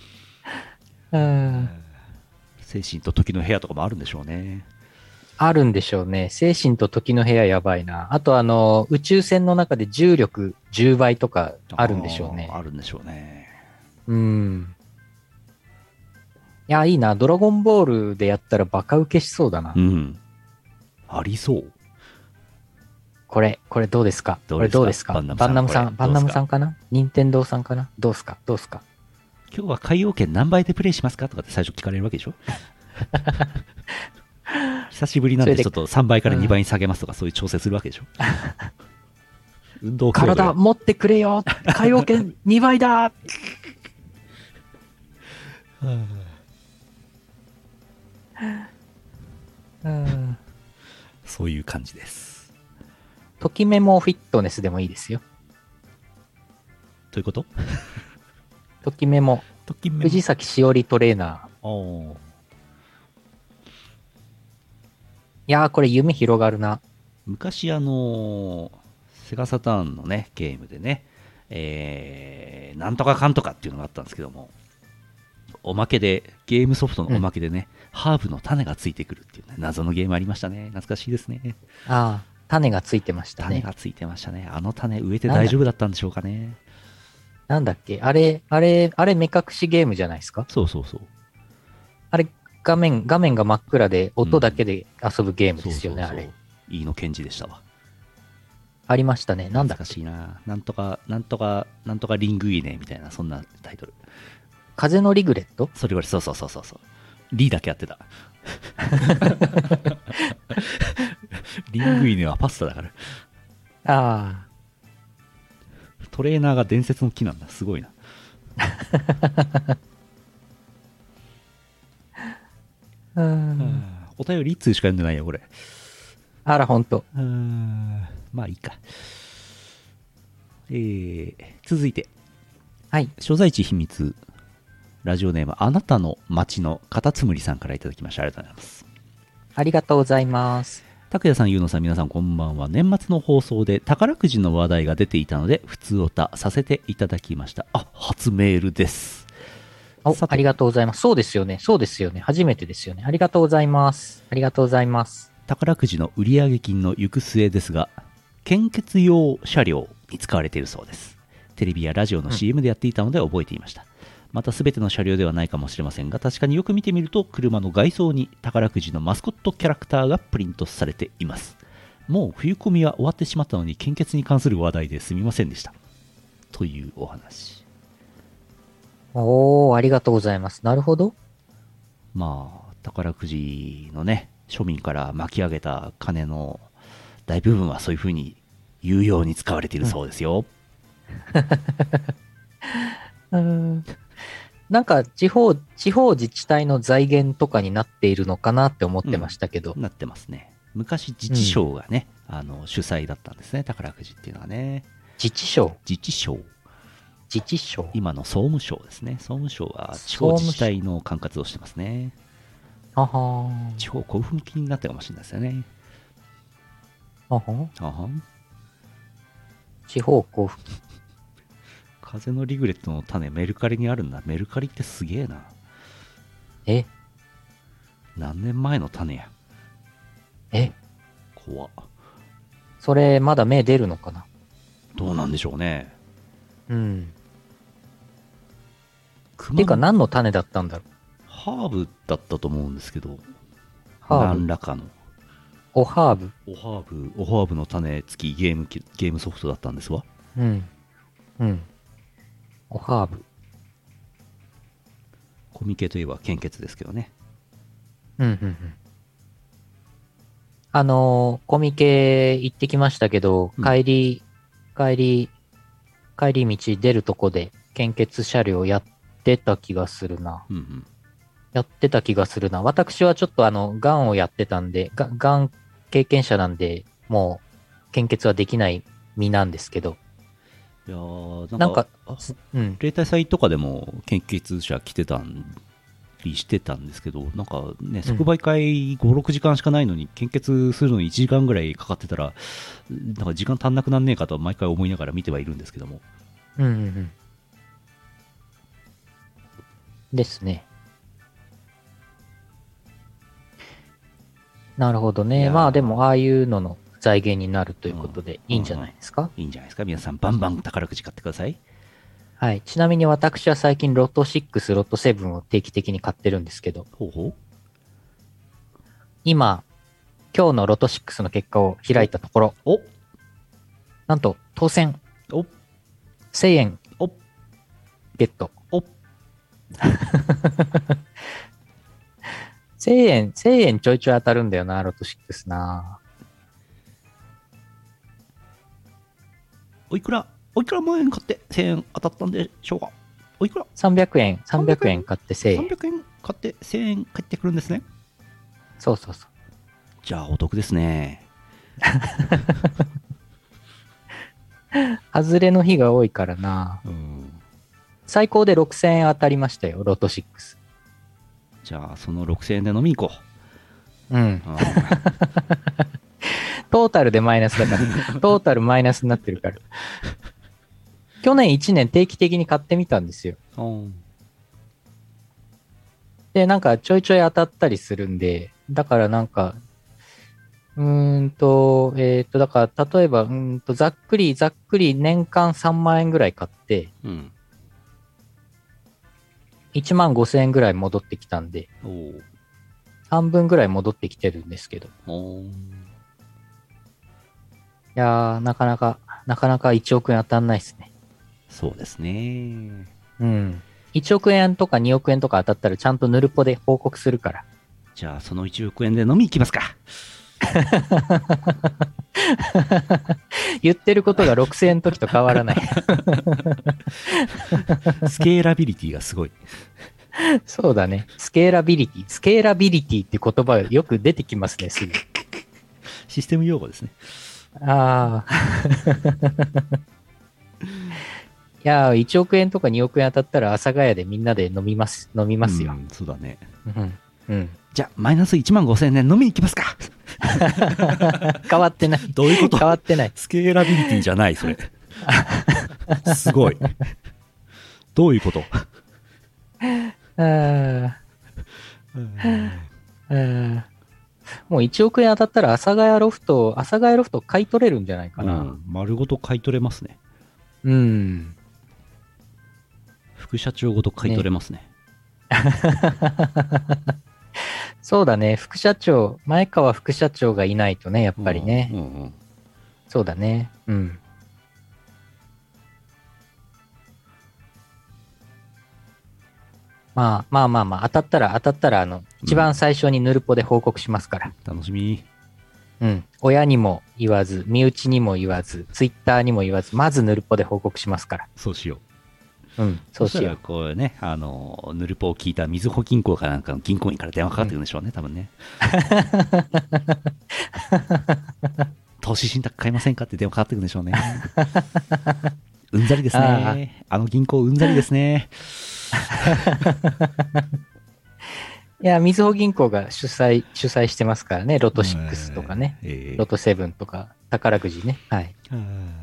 S1: うん
S2: 精神と時の部屋とかもあるんでしょうね。
S1: あるんでしょうね。精神と時の部屋やばいな。あとあの、宇宙船の中で重力じゅうばいとかあるんでしょうね。
S2: あーあるんでしょうね。
S1: うん。いや、いいな。ドラゴンボールでやったらバカ受けしそうだな。
S2: うん。ありそう。
S1: これ、これどうですか
S2: どうですか
S1: これどうですか
S2: バンナムさん
S1: バンナムさん、
S2: これ
S1: バンナム
S2: どうですか
S1: さんかな任天堂さんかなどうすかどうすか
S2: 今日は海洋圏何倍でプレイしますかとかって最初聞かれるわけでしょ。久しぶりなんでちょっとさんばいからにばいに下げますとかそういう調整するわけでしょ。運動強度
S1: 体持ってくれよ海洋圏にばいだうん
S2: そういう感じです。
S1: ときメモフィットネスでもいいですよ。
S2: ということ？
S1: ときメモ。
S2: ときめ
S1: 藤崎しおりトレーナー。
S2: おー
S1: いやー、これ夢広がるな。
S2: 昔あのーセガサターンのねゲームでね、えー、なんとかかんとかっていうのがあったんですけども、おまけでゲームソフトのおまけでね、うん、ハーブの種がついてくるっていうね謎のゲームありましたね。懐かしいですね。
S1: ああ、種がついてましたね。
S2: 種がついてましたね。あの種植えて大丈夫だったんでしょうかね。
S1: なんだっけあれ、あれ、あれ目隠しゲームじゃないですか？
S2: そうそうそう。
S1: あれ、画面、画面が真っ暗で音だけで遊ぶゲームですよね、
S2: うん、そうそうそう
S1: あれ。
S2: 飯野健二でしたわ。
S1: ありましたね。なんだっけ
S2: 懐かしいな。なんとか、なんとか、なんとかリングイネみたいな、そんなタイトル。
S1: 風のリグレット？
S2: それぐらい、そうそうそうそうそう。リだけやってた。リングイネはパスタだから。
S1: ああ。
S2: トレーナーが伝説の木なんだ。すごいな。
S1: うん
S2: お便りいっ通しか読んでないよ、これ。
S1: あら、ほんと。
S2: うーんまあいいか。えー、続いて。
S1: はい。
S2: 所在地秘密。ラジオネーム、あなたの町のカタツムリさんからいただきました。ありがとうございます。
S1: ありがとうございます。
S2: 拓也さん、ゆうのさん、皆さんこんばんは。年末の放送で宝くじの話題が出ていたので、普通おたさせていただきました。あ、初メールです。
S1: お、ありがとうございます。そうですよね。そうですよね。初めてですよね。ありがとうございます。ありがとうございます。
S2: 宝くじの売上金の行く末ですが、献血用車両に使われているそうです。テレビやラジオの シーエム でやっていたので覚えていました。うん、また全ての車両ではないかもしれませんが、確かによく見てみると車の外装に宝くじのマスコットキャラクターがプリントされています。もう冬コミは終わってしまったのに献血に関する話題ですみませんでした。というお話。
S1: おー、ありがとうございます。なるほど。
S2: まあ、宝くじのね、庶民から巻き上げた金の大部分はそういうふうに有用に使われているそうですよ。
S1: うん、なんか地方、地方自治体の財源とかになっているのかなって思ってましたけど。
S2: うん、なってますね。昔自治省がね、うん、あの主催だったんですね、宝くじっていうのはね。
S1: 自治省
S2: 自治省
S1: 自治省
S2: 今の総務省ですね。総務省は地方自治体の管轄をしてますね。
S1: はは
S2: 地方交付金になったかもしれないですよね。
S1: はは
S2: はは
S1: 地方交付金。
S2: 風のリグレットの種メルカリにあるんだ。メルカリってすげえな。
S1: え
S2: 何年前の種や。
S1: え
S2: 怖っ。
S1: それまだ芽出るのかな。
S2: どうなんでしょうね。
S1: うん。てか何の種だったんだろう。
S2: ハーブだったと思うんですけど。
S1: ハーブ
S2: 何らかの。
S1: おハーブ。
S2: おハーブ、おハーブの種付きゲーム機、ゲームソフトだったんですわ。
S1: うん。うん。おハーブ。
S2: コミケといえば献血ですけどね。
S1: うんうんうん。あのーコミケ行ってきましたけど、
S2: うん
S1: 帰り、帰り、帰り道出るとこで献血車両やってた気がするな。
S2: うんうん。
S1: やってた気がするな。私はちょっとあの、ガンをやってたんで、がガン経験者なんで、もう、献血はできない身なんですけど。
S2: いやー
S1: なんか、
S2: あ
S1: うん。
S2: 例大祭とかでも献血者来てたりしてたんですけど、なんかね、即売会ご、ろくじかんしかないのに、献血するのにいちじかんぐらいかかってたら、なんか時間足んなくなんねえかとは毎回思いながら見てはいるんですけども。
S1: うんうんうん。ですね。なるほどね。
S2: いやー
S1: まあでも、ああいうのの財源になるということで、いいんじゃないですか。
S2: いいんじゃないですか。皆さん、バンバン宝くじ買ってください。
S1: はい。ちなみに私は最近ロトろく、ロトななを定期的に買ってるんですけど、
S2: ほうほう。
S1: 今、今日のロトろくの結果を開いたところ、
S2: お
S1: なんと当選
S2: お
S1: せんえん
S2: お
S1: ゲット。
S2: お
S1: せんえん、せんえんちょいちょい当たるんだよな、ロトろくな。
S2: おいくら、おいくら万円買ってせんえん当たったんでしょうか。おいくら
S1: さんびゃくえん、さんびゃくえん買ってせんえん。
S2: さんびゃくえん買ってせんえん返ってくるんですね。
S1: そうそうそう。
S2: じゃあお得ですね。
S1: 外れの日が多いからな。
S2: うん。
S1: 最高でろくせんえん当たりましたよ、ロトろく。
S2: じゃあそのろくせんえんで飲みに行こ
S1: うん。
S2: う。うん
S1: トータルでマイナスだから。トータルマイナスになってるから。去年いちねん定期的に買ってみたんですよ。
S2: うん
S1: で、なんかちょいちょい当たったりするんで、だからなんか、うーんと、えっと、だから例えば、うーんと、ざっくりざっくり年間さんまんえんぐらい買って、
S2: うん。
S1: いちまんごせんえんぐらい戻ってきたんで、
S2: おー
S1: 半分ぐらい戻ってきてるんですけど。
S2: おー
S1: いやー、なかなか、なかなかいちおくえん当たんないですね。
S2: そうですね。
S1: うん。いちおくえんとかにおくえんとか当たったらちゃんとヌルポで報告するから。
S2: じゃあそのいちおくえんで飲み行きますか。
S1: 言ってることがろくせんえんの時と変わらない。
S2: スケーラビリティがすごい。
S1: そうだね。スケーラビリティ。スケーラビリティって言葉よく出てきますね、すぐ。
S2: システム用語ですね。
S1: ああ。いやー、いちおくえんとかにおくえん当たったら阿佐ヶ谷でみんなで飲みます、飲みますよ。
S2: うんそうだね。
S1: うん。うん。
S2: じゃあマイナスいちまんごせんえんで飲みに行きますか。
S1: 変わってない。
S2: どういうこと
S1: 変わってない。
S2: スケーラビリティじゃないそれ。すごい。どういうこと
S1: あーあーもういちおくえん当たったら阿佐ヶ谷ロフト、阿佐ヶ谷ロフト買い取れるんじゃないかな。
S2: うん丸ごと買い取れますね。
S1: うん。
S2: 副社長ごと買い取れますね。
S1: そうだね。副社長、前川副社長がいないとね、やっぱりね。
S2: うんうんうん
S1: そうだね。うん。まあまあまあまあ、当たったら当たったら、あの、一番最初にヌルポで報告しますから。
S2: 楽しみ。
S1: うん。親にも言わず、身内にも言わず、ツイッターにも言わず、まずヌルポで報告しますから。
S2: そうしよ
S1: うん。
S2: う。
S1: そうしよう。
S2: したらこうね、あの、ヌルポを聞いたみずほ銀行かなんかの銀行員から電話かかってくるんでしょうね、多分ね。投資信託買いませんかって電話かかってくるんでしょうね。うんざりですね。あの銀行うんざりですね。
S1: いや、みずほ銀行が主催、主催してますからね。ロトろくとかね。
S2: えー
S1: ロトななとか、宝くじね。はい。
S2: あー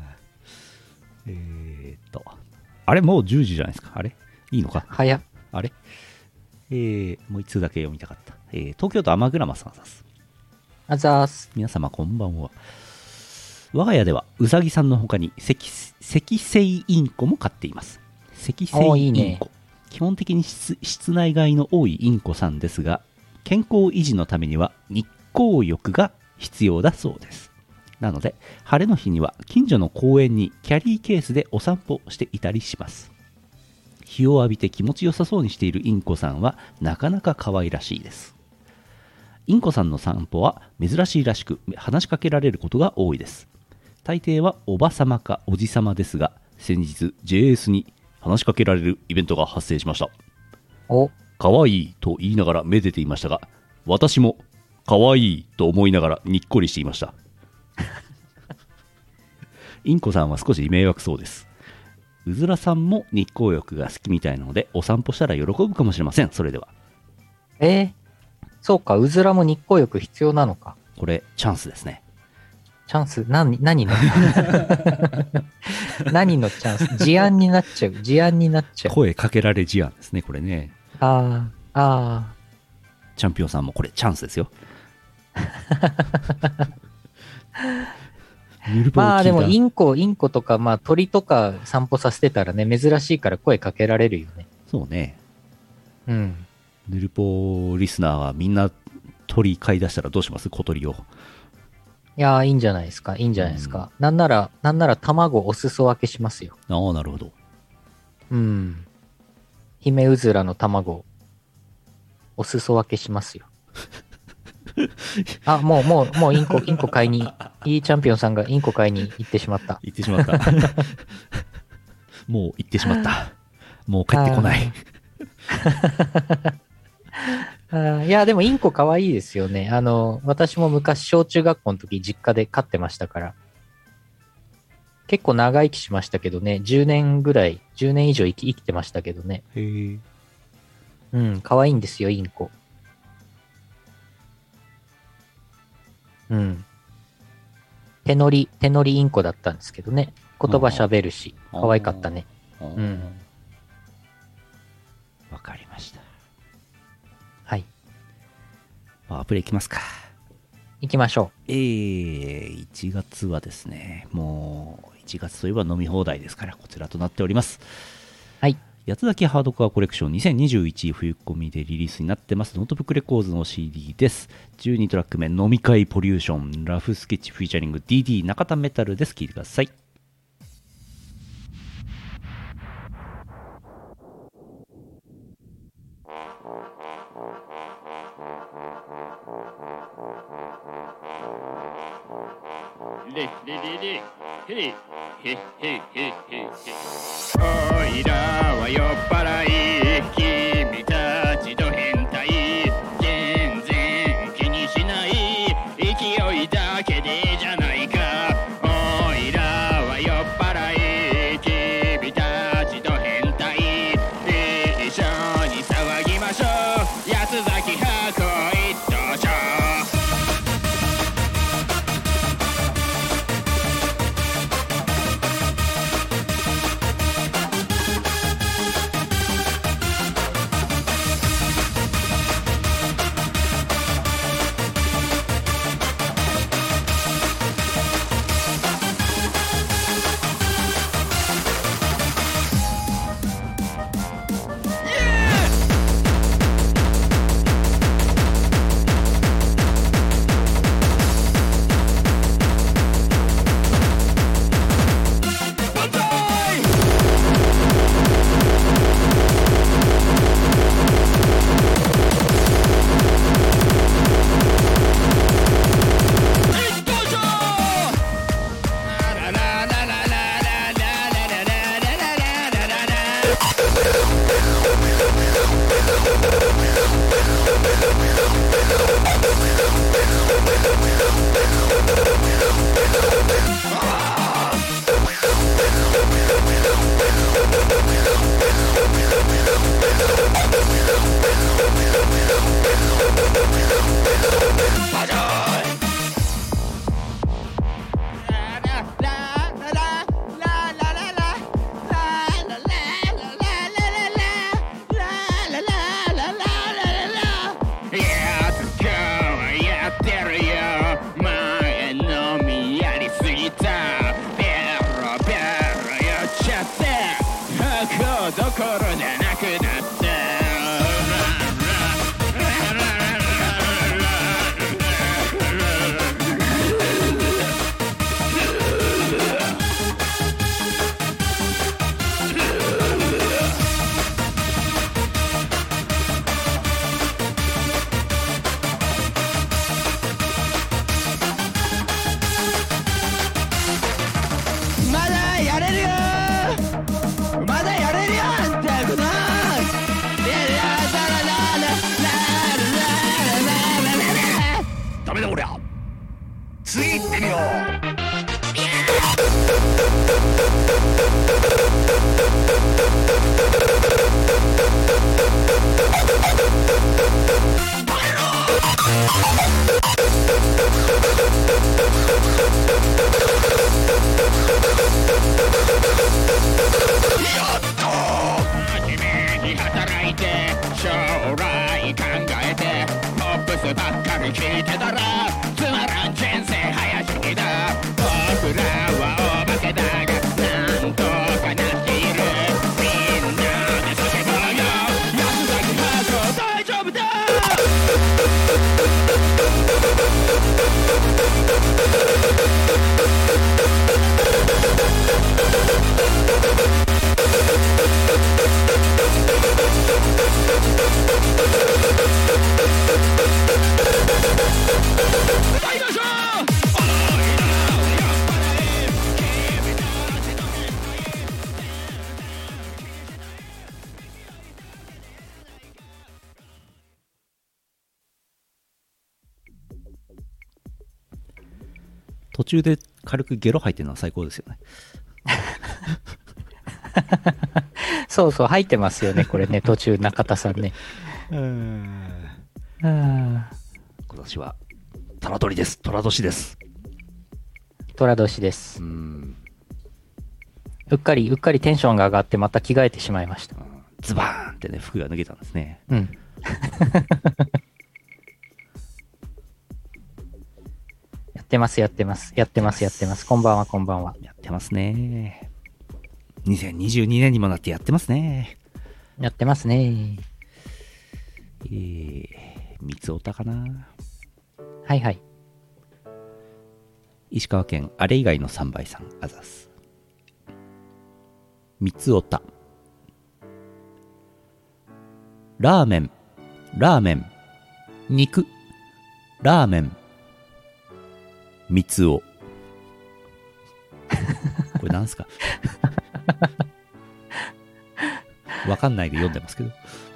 S2: えーっと、あれもうじゅうじじゃないですか。あれいいのか
S1: 早っ。
S2: あれえー、もう一通だけ読みたかった。えー東京都天倉さんです。
S1: あざーす。
S2: 皆様こんばんは。我が家ではうさぎさんの他に赤赤星インコも飼っています。赤星インコ。
S1: おーいいね
S2: 基本的に室室内外の多いインコさんですが、 健康維持のためには日光浴が必要だそうです。なので晴れの日には近所の公園にキャリーケースでお散歩していたりします。日を浴びて気持ちよさそうにしているインコさんはなかなか可愛らしいです。インコさんの散歩は珍しいらしく話しかけられることが多いです。大抵はおばさまかおじさまですが、先日 ジェイエス に話しかけられるイベントが発生しました。
S1: お、
S2: かわいいと言いながらめでていましたが、私もかわいいと思いながらにっこりしていました。インコさんは少し迷惑そうです。うずらさんも日光浴が好きみたいなので、お散歩したら喜ぶかもしれません。それでは。
S1: えー、そうか、うずらも日光浴必要なのか。
S2: これチャンスですね。
S1: チャンス、何、何の何のチャンス、事案になっちゃう、事案になっちゃう。
S2: 声かけられ事案ですね、これね。
S1: ああ、ああ。
S2: チャンピオンさんもこれチャンスですよ。
S1: まあでもインコ、インコとか、まあ鳥とか散歩させてたらね、珍しいから声かけられるよね。
S2: そうね。
S1: うん。
S2: ヌルポリスナーはみんな鳥飼い出したらどうします？小鳥を。
S1: いやー、いいんじゃないですか。いいんじゃないですか。うん、なんなら、なんなら卵お裾分けしますよ。
S2: ああ、なるほど。
S1: うん。ヒメウズラの卵、お裾分けしますよ。あ、もう、もう、もうインコ、インコ買いに、いいチャンピオンさんがインコ買いに行ってしまった。
S2: 行ってしまった。もう行ってしまった。もう帰ってこない。
S1: あいや、でもインコ可愛いですよね。あの、私も昔小中学校の時実家で飼ってましたから。結構長生きしましたけどね。じゅうねんぐらい、じゅうねん以上生き生きてましたけどね。
S2: へえ。
S1: うん、可愛いんですよ、インコ。うん。手乗り、手乗りインコだったんですけどね。言葉喋るし、可愛かったね。うん。
S2: わかりました。
S1: はい。
S2: パワープレイいきますか。
S1: 行きましょう。
S2: えー、いちがつはですね、もういちがつといえば飲み放題ですから、こちらとなっております。
S1: はい。
S2: 八つ崎ハードコアコレクションにせんにじゅういち冬込みでリリースになってます。ノートブックレコーズの シーディー です。じゅうにトラック目、飲み会ポリューション、ラフスケッチフィーチャリング ディーディー 中田メタルです。聴いてください。
S4: レレレレヘイヘヘヘヘヘおいらは酔っ払い君たちと変態全然気にしない勢いだけでじゃないかおいらは酔っ払い君たちと変態一緒に騒ぎましょう八つ崎箱一等賞真面目に働いて将来考えてポップスばっかり聞いてたらつまらん人生早死にだ。僕らはお化けだがなんとかなっている。みんなで叫ぼうよ安崎ハート大丈夫だ。歌いましょう。
S2: 途中で軽くゲロ吐いてるのは最高ですよね。
S1: そうそう、入ってますよね、これね、途中中田さんね。
S2: うん
S1: あ
S2: 今年は虎取です。虎年です。
S1: 虎年です
S2: う。ん
S1: うっかり、うっかりテンションが上がってまた着替えてしまいました。
S2: ズバーンってね服が脱げたんですね。
S1: うん。やってます、やってます。やってます、やってます。こんばんは、こんばんは。
S2: やってますね。にせんにじゅうにねんにもなってやってますね。
S1: やってますね。
S2: えー、三つおたかな。
S1: はいはい。
S2: 石川県あれ以外のさんばいさんあざす。三つおた。ラーメン、ラーメン、肉、ラーメン、三つお。これなんすか。わかんないで読んでますけど。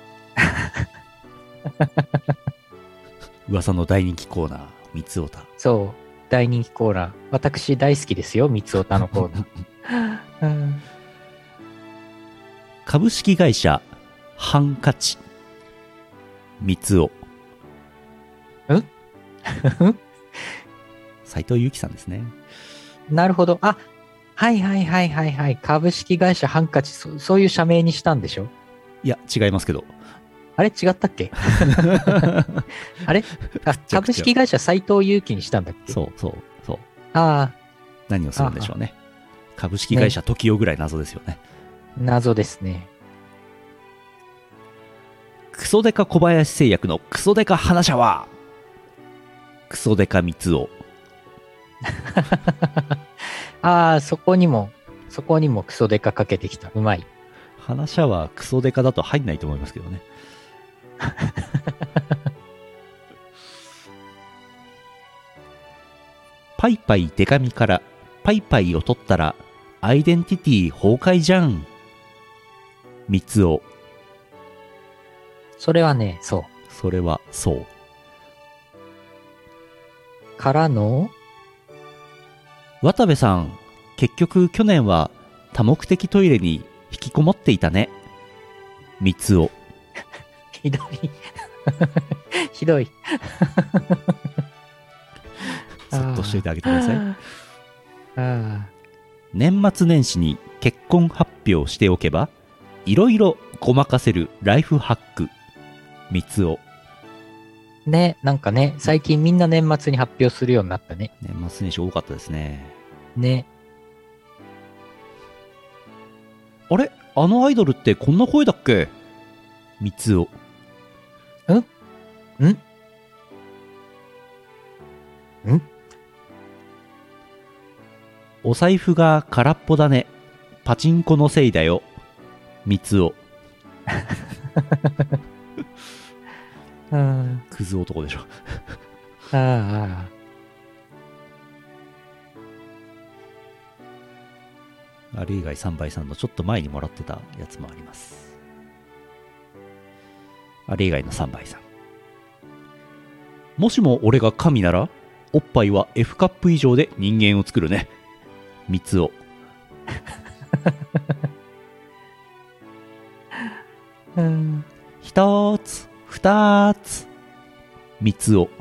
S2: 噂の大人気コーナー、三つおた。
S1: そう、大人気コーナー。私大好きですよ、三つおたのコーナー。うん、
S2: 株式会社ハンカチ三つお。
S1: ん
S2: 斉藤由貴さんですね。
S1: なるほど。あ、はいはいはいはいはい。株式会社ハンカチ、そ、そういう社名にしたんでしょ？
S2: いや違いますけど。
S1: あれ違ったっけ？あれあ、株式会社斉藤由貴にしたんだっけ？
S2: そうそうそう。
S1: ああ、
S2: 何をするんでしょうね。株式会社 トキオ ぐらい謎ですよね。
S1: 謎ですね。
S2: クソデカ小林製薬のクソデカ花シャワー。クソデカ三つお。
S1: ああ、そこにも、そこにもクソデカかけてきた。うまい。
S2: 花シャワークソデカだと入んないと思いますけどね。パイパイデカミからパイパイを取ったらアイデンティティ崩壊じゃん。三つお。
S1: それはね、そう。
S2: それはそう
S1: からの
S2: 渡部さん、結局去年は多目的トイレに引きこもっていたね。三つお。
S1: ひどい。ひどい。
S2: そっとしといてあげてください。
S1: ああ。
S2: 年末年始に結婚発表しておけばいろいろごまかせるライフハック。三つお。
S1: ね、なんかね、最近みんな年末に発表するようになったね。
S2: 年末年始多かったですね。
S1: ね。
S2: あれ、あのアイドルってこんな声だっけ。三つお。
S1: んんん
S2: お財布が空っぽだね。パチンコのせいだよ。三つお。
S1: うん。
S2: クズ男でしょ。
S1: ああ。
S2: あれ以外さんばいさんのちょっと前にもらってたやつもあります。あれ以外のさんばいさん。もしも俺が神ならおっぱいは F カップ以上で人間を作るね。三つお。
S1: うん。
S2: 一つ、二つ、三つお。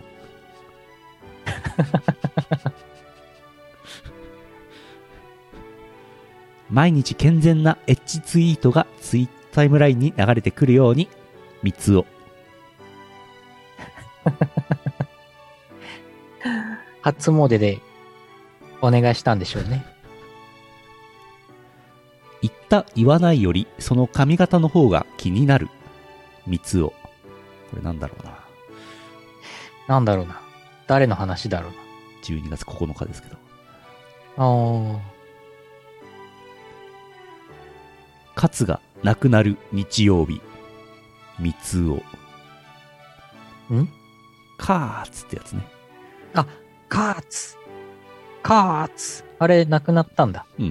S2: 毎日健全なエッジツイートがツイッタイムラインに流れてくるように、三つお。
S1: 初詣でお願いしたんでしょうね。
S2: 言った言わないよりその髪型の方が気になる。三つお。これなんだろうな。
S1: なんだろうな。誰の話だろう
S2: じゅうにがつここのかですけど。
S1: な。あ
S2: カツがなくなる日曜日。三つお。
S1: あ。ん
S2: カーツってやつね。
S1: あ、カーツ。カーツ。あれ、なくなったんだ。
S2: うん。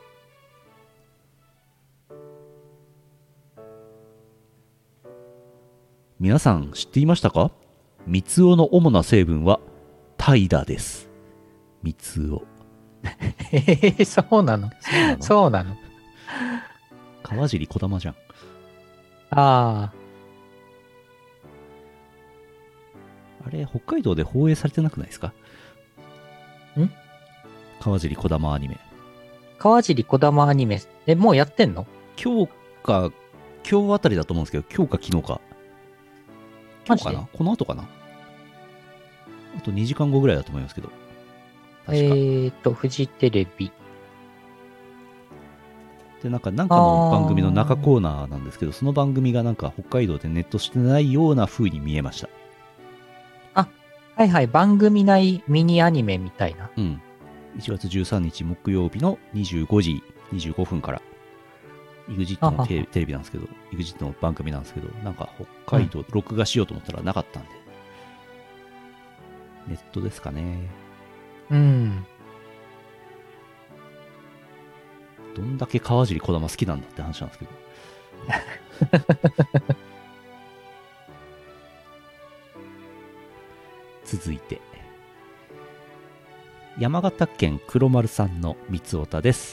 S2: 皆さん知っていましたか？三つおの主な成分は怠惰です。三つお。
S1: へえ、そうなの。そうなの。
S2: 川尻小玉じゃん。
S1: あ
S2: あれ、北海道で放映されてなくないですか？
S1: ん
S2: 川尻小玉アニメ。
S1: あ。川尻小玉アニメ。え、もうやってんの？
S2: 今日か、今日あたりだと思うんですけど、今日か昨日か。今日か
S1: マ
S2: な？この後かな？あとにじかんごぐらいだと思いますけど。確か。
S1: えーと、フジテレビ。
S2: で、なんか、なんかの番組の中コーナーなんですけど、その番組がなんか北海道でネットしてないような風に見えました。
S1: はいはい、番組内ミニアニメみたいな。
S2: うん。いちがつじゅうさんにち木曜日のにじゅうごじにじゅうごふんから、イグジットのテレテレビなんですけど、イグジットの番組なんですけど、なんか北海道、録画しようと思ったらなかったんで、ネットですかね。
S1: うん。
S2: どんだけ川尻小玉好きなんだって話なんですけど。続いて、山形県黒丸さんの三つおたです。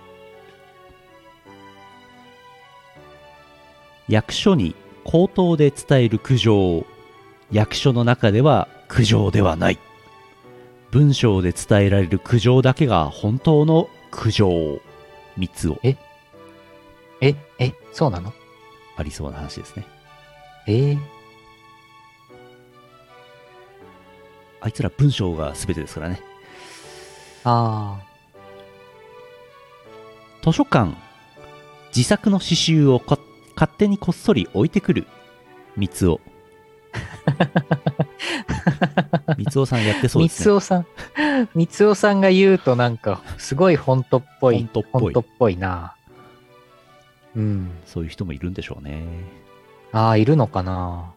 S2: 役所に口頭で伝える苦情、役所の中では苦情ではない。文章で伝えられる苦情だけが本当の苦情。三つお。
S1: ええ、え、そうなの？
S2: ありそうな話ですね。
S1: えー、
S2: あいつら文章が全てですからね。
S1: あ
S2: 図書館、自作の詩集をこ勝手にこっそり置いてくる。三つお。三つおさんやって
S1: あ。三
S2: そうですね。
S1: つおさん、三つおさんが言うとなんか、すごい本当っぽい。
S2: 本当っぽい
S1: 本当っぽいな。うん。
S2: そういう人もいるんでしょうね。
S1: ああ、いるのかな。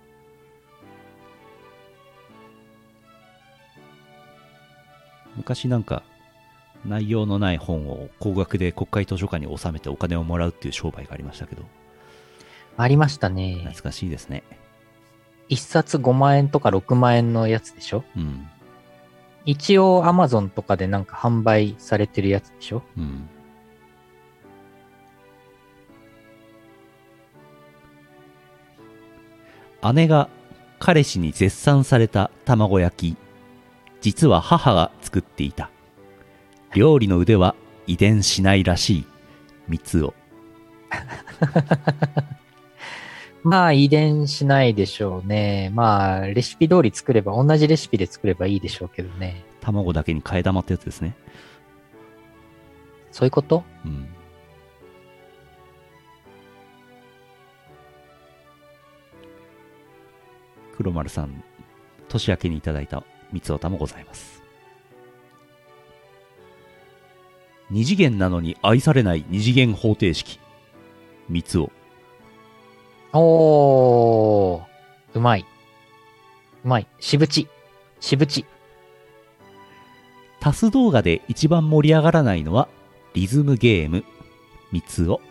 S2: 昔なんか内容のない本を高額で国会図書館に収めてお金をもらうっていう商売がありましたけど、
S1: ありましたね。
S2: 懐かしいですね。
S1: 一冊ごまん円とかろくまん円のやつでしょ？
S2: うん
S1: 一応 Amazon とかでなんか販売されてるやつでしょ？
S2: うん姉が彼氏に絶賛された卵焼き、実は母が作っていた。料理の腕は遺伝しないらしい。三つお。
S1: まあ遺伝しないでしょうね。まあレシピ通り作れば、同じレシピで作ればいいでしょうけどね。
S2: 卵だけに替え玉ってやつですね。
S1: そういうこと？
S2: うん黒丸さん、年明けにいただいた三つおたもございます。二次元なのに愛されない二次元方程式。三つお。
S1: おー、うまい。うまい。しぶち。しぶち。
S2: タス動画で一番盛り上がらないのはリズムゲーム。三つお。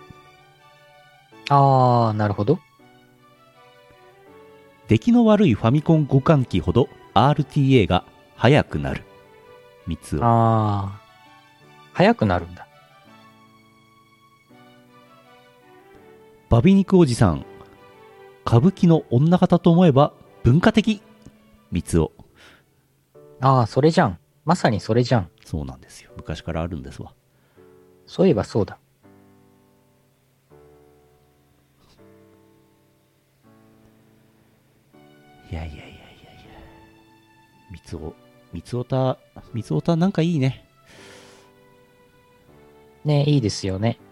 S1: あー、なるほど。
S2: 出来の悪いファミコン互換機ほど アールティーエー が速くなる。みつお。
S1: ああ。早くなるんだ。
S2: バビ肉おじさん。歌舞伎の女方と思えば文化的。みつお。
S1: ああ、それじゃん。まさにそれじゃん。
S2: そうなんですよ。昔からあるんですわ。
S1: そういえばそうだ。
S2: いやいやいやいやいや。みつお、みつおた、みつおたなんかいいね。
S1: ね、いいですよね。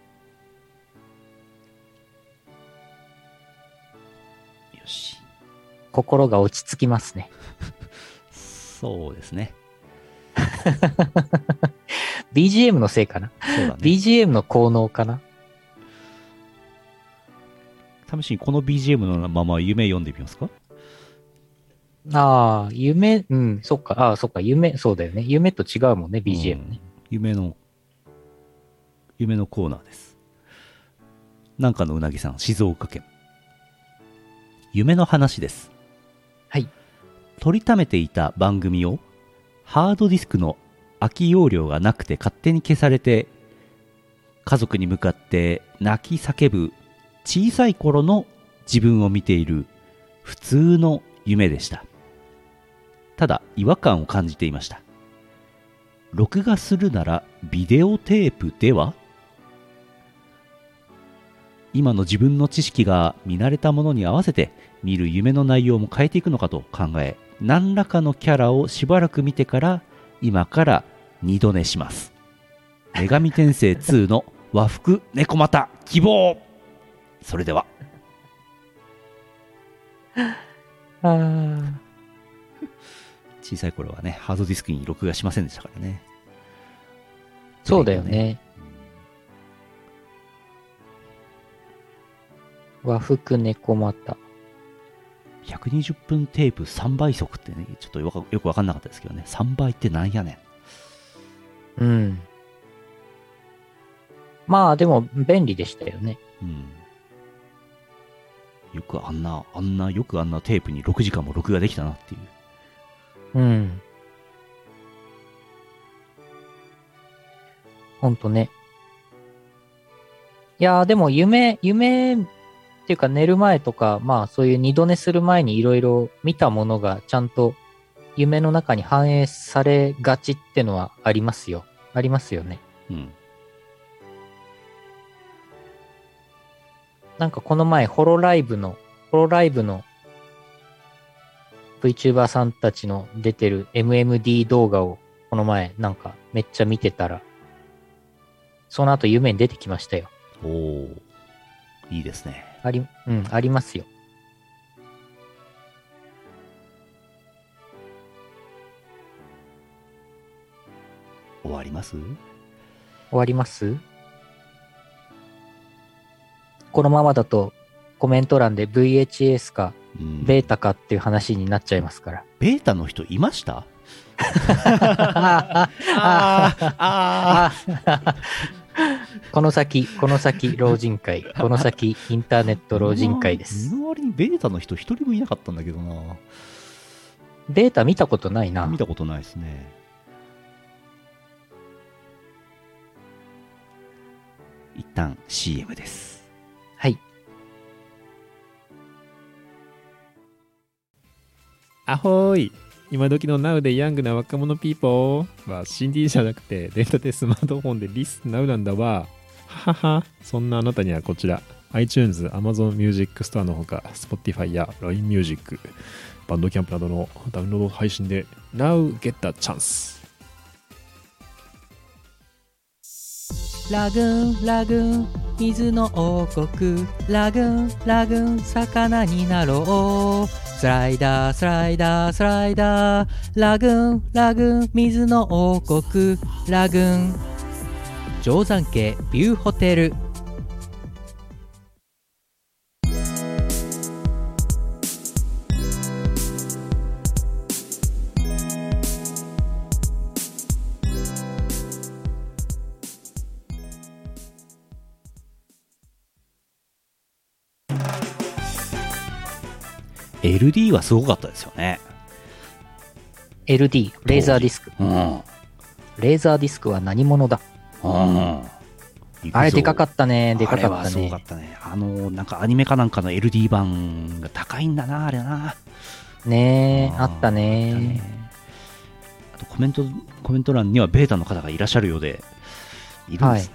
S2: よし。
S1: 心が落ち着きますね。
S2: そうですね。
S1: ビージーエム のせいかな。
S2: そうだね。
S1: ビージーエム の効能かな。
S2: 試しにこの ビージーエム のまま夢読んでみますか？
S1: ああ、夢、うん、そっか、ああ、そっか、夢、そうだよね。夢と違うもんね、ビージーエム ね。
S2: うん夢の、夢のコーナーです。なんかのうなぎさん、静岡県。夢の話です。
S1: はい。
S2: 取りためていた番組を、ハードディスクの空き容量がなくて勝手に消されて、家族に向かって泣き叫ぶ小さい頃の自分を見ている普通の夢でした。ただ違和感を感じていました。録画するならビデオテープでは？今の自分の知識が見慣れたものに合わせて見る夢の内容も変えていくのかと考え、何らかのキャラをしばらく見てから今から二度寝します。女神転生ツーの和服猫又希望。それでは。
S1: ああ。
S2: 小さい頃はね、ハードディスクに録画しませんでしたからね。
S1: そうだよね。和服猫又。
S2: ひゃくにじゅっぷんテープさんばい速ってね、ちょっとよくよくわかんなかったですけどね。さんばいってなんやね
S1: ん。うん。まあでも便利でしたよね。
S2: うん。よくあんな、あんな、よくあんなテープにろくじかんも録画できたなっていう。
S1: うん。ほんとね。いやーでも夢、夢っていうか寝る前とか、まあそういう二度寝する前にいろいろ見たものがちゃんと夢の中に反映されがちってのはありますよ。ありますよね。
S2: うん。
S1: なんかこの前ホロライブの、ホロライブの VTuber さんたちの出てる エムエムディー 動画をこの前なんかめっちゃ見てたら、その後夢に出てきましたよ。
S2: おー、いいですね。
S1: あり、うん、ありますよ。
S2: 終わります？
S1: 終わります？このままだとコメント欄で ブイエイチエス かベータかっていう話になっちゃいますから。
S2: ベータの人いました？
S1: ああこの先、この先老人会、この先インターネット老人会です。
S2: 身の回りにベータの人一人もいなかったんだけどな。
S1: ベータ見たことないな。
S2: 見たことないですね。一旦 シーエム です。
S1: はい。
S5: アホーい。今時の Now でヤングな若者ピーポーは シーディー じゃなくて電話でスマートフォンでリス Now なんだわ。ははは。そんなあなたにはこちら iTunes、Amazon Music Store のほか Spotify や ライン Music、バンドキャンプなどのダウンロード配信で Now get the chance。
S3: ラグーンラグーン水の王国ラグーンラグーン魚になろうスライダースライダースライダーラグーンラグーン水の王国ラグーン定山渓ビューホテル。
S2: エルディー はすごかったですよね。
S1: エルディー、レーザーディスク。
S2: うん。
S1: レーザーディスクは何者だ？
S2: うん
S1: あれでかかったね、でかか
S2: あれはすご
S1: ったね。
S2: かったね。あの、なんかアニメかなんかの エルディー 版が高いんだな、あれな。
S1: ねえ、あった
S2: あ
S1: ね。
S2: あとコメント、コメント欄にはベータの方がいらっしゃるようで、いるんですね。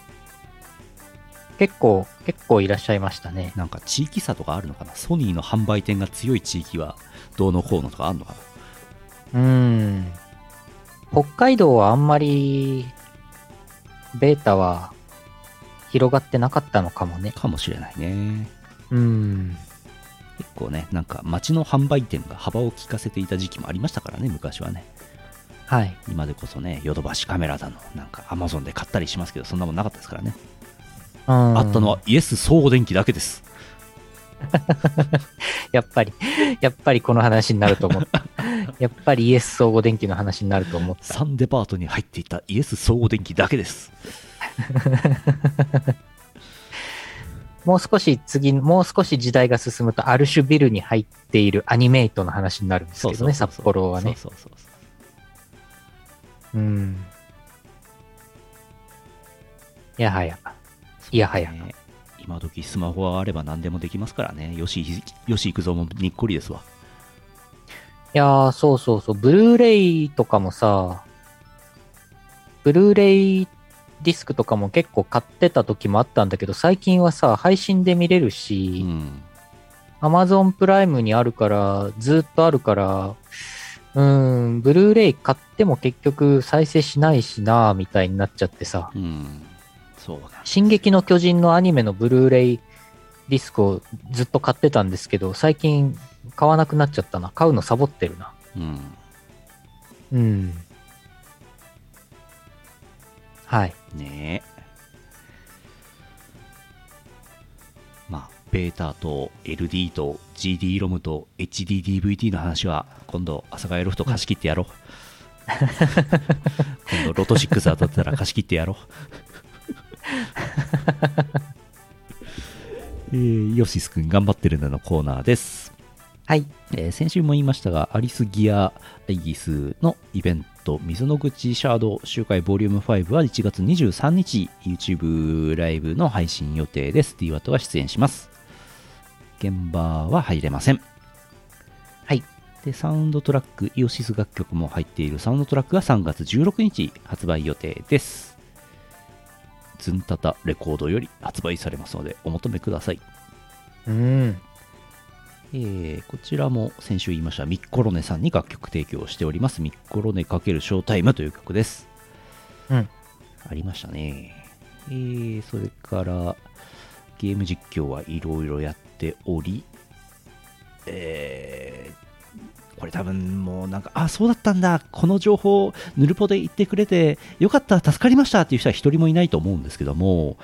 S1: 結構、結構いらっしゃいましたね。
S2: なんか地域差とかあるのかな。ソニーの販売店が強い地域はどうのこうのとかあるのかな。
S1: うーん。北海道はあんまり、ベータは広がってなかったのかもね。
S2: かもしれないね。
S1: うん。
S2: 結構ね、なんか街の販売店が幅を利かせていた時期もありましたからね、昔はね。
S1: はい。
S2: 今でこそね、ヨドバシカメラだの、なんかアマゾンで買ったりしますけど、そんなもんなかったですからね。
S1: うん。
S2: あったのはイエス総合電機だけです。
S1: やっぱり、やっぱりこの話になると思った。やっぱりイエス総合電機の話になると思った。
S2: サンデパートに入っていたイエス総合電機だけです。
S1: もう少し次、もう少し時代が進むと、アルシュビルに入っているアニメイトの話になるんですけどね、札幌はね。
S2: そうそうそうそう。
S1: うん。やはや。いやはや。
S2: ね、今時スマホがあれば何でもできますからね。よし、よし行くぞもにっこりですわ。
S1: いやー、そうそうそう。ブルーレイとかもさ、ブルーレイディスクとかも結構買ってた時もあったんだけど、最近はさ、配信で見れる
S2: う
S1: し、
S2: ん。
S1: Amazon プライムにあるから、ずっとあるから、うーん、ブルーレイ買っても結局再生しないしな、みたいになっちゃってさ、
S2: うん。そうだ。
S1: 進撃の巨人のアニメのブルーレイディスクをずっと買ってたんですけど、最近買わなくなっちゃったな。買うのサボってるな。
S2: うん。
S1: うん。はい。
S2: ねえ。まあ、ベータと エルディー と ジーディー ロムと エイチディーディーブイディー の話は今度、阿佐ヶ谷ロフト貸し切ってやろう。今度、ロトろく当たったら貸し切ってやろう。えー、ヨシスくん頑張ってるんだのコーナーです。
S1: はい。
S2: えー先週も言いましたが、アリスギアレギスのイベント、溝の口シャード集会ボリュームファイブはいちがつにじゅうさんにち、YouTube ライブの配信予定です。ディーワット が出演します。現場は入れません。
S1: はい。
S2: で、サウンドトラック、イオシス楽曲も入っているサウンドトラックがさんがつじゅうろくにち発売予定です。ズンタタレコードより発売されますので、お求めください。
S1: うん。
S2: えーこちらも先週言いましたミッコロネさんに楽曲提供しておりますミッコロネ×ショータイムという曲です。
S1: うん。
S2: ありましたね。えーそれからゲーム実況はいろいろやっており、えーこれ多分もうなんか、あ、そうだったんだ、この情報ヌルポで言ってくれてよかった、助かりましたっていう人は一人もいないと思うんですけども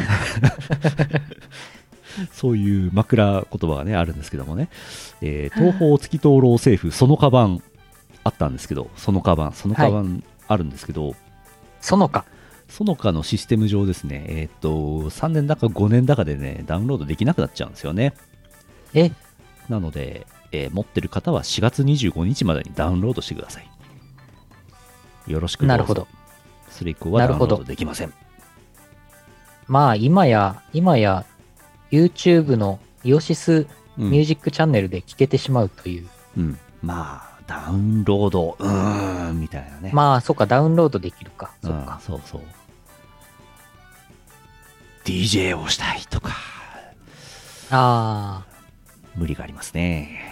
S2: そういう枕言葉がねあるんですけどもね、えー東方月灯籠政府そのカバンあったんですけど、そのカバンそのカバンあるんですけど、
S1: そのか。
S2: そのかのシステム上ですね、えーっとさんねんだかごねんだかでねダウンロードできなくなっちゃうんですよね。
S1: え、
S2: なので、えー持ってる方はしがつにじゅうごにちまでにダウンロードしてください。よろしくどうぞ。
S1: なるほど。
S2: それ以降はダウンロードできません。
S1: まあ、今や、今や、YouTube のイオシス
S2: うん
S1: ミュージックチャンネルで聴けてしまうという。
S2: うん、まあダウンロードうーんみたいなね。
S1: まあ、そうか、ダウンロードできるか。
S2: うん、
S1: そうか。
S2: そうそう。ディージェー をしたいとか
S1: あ
S2: 無理がありますね。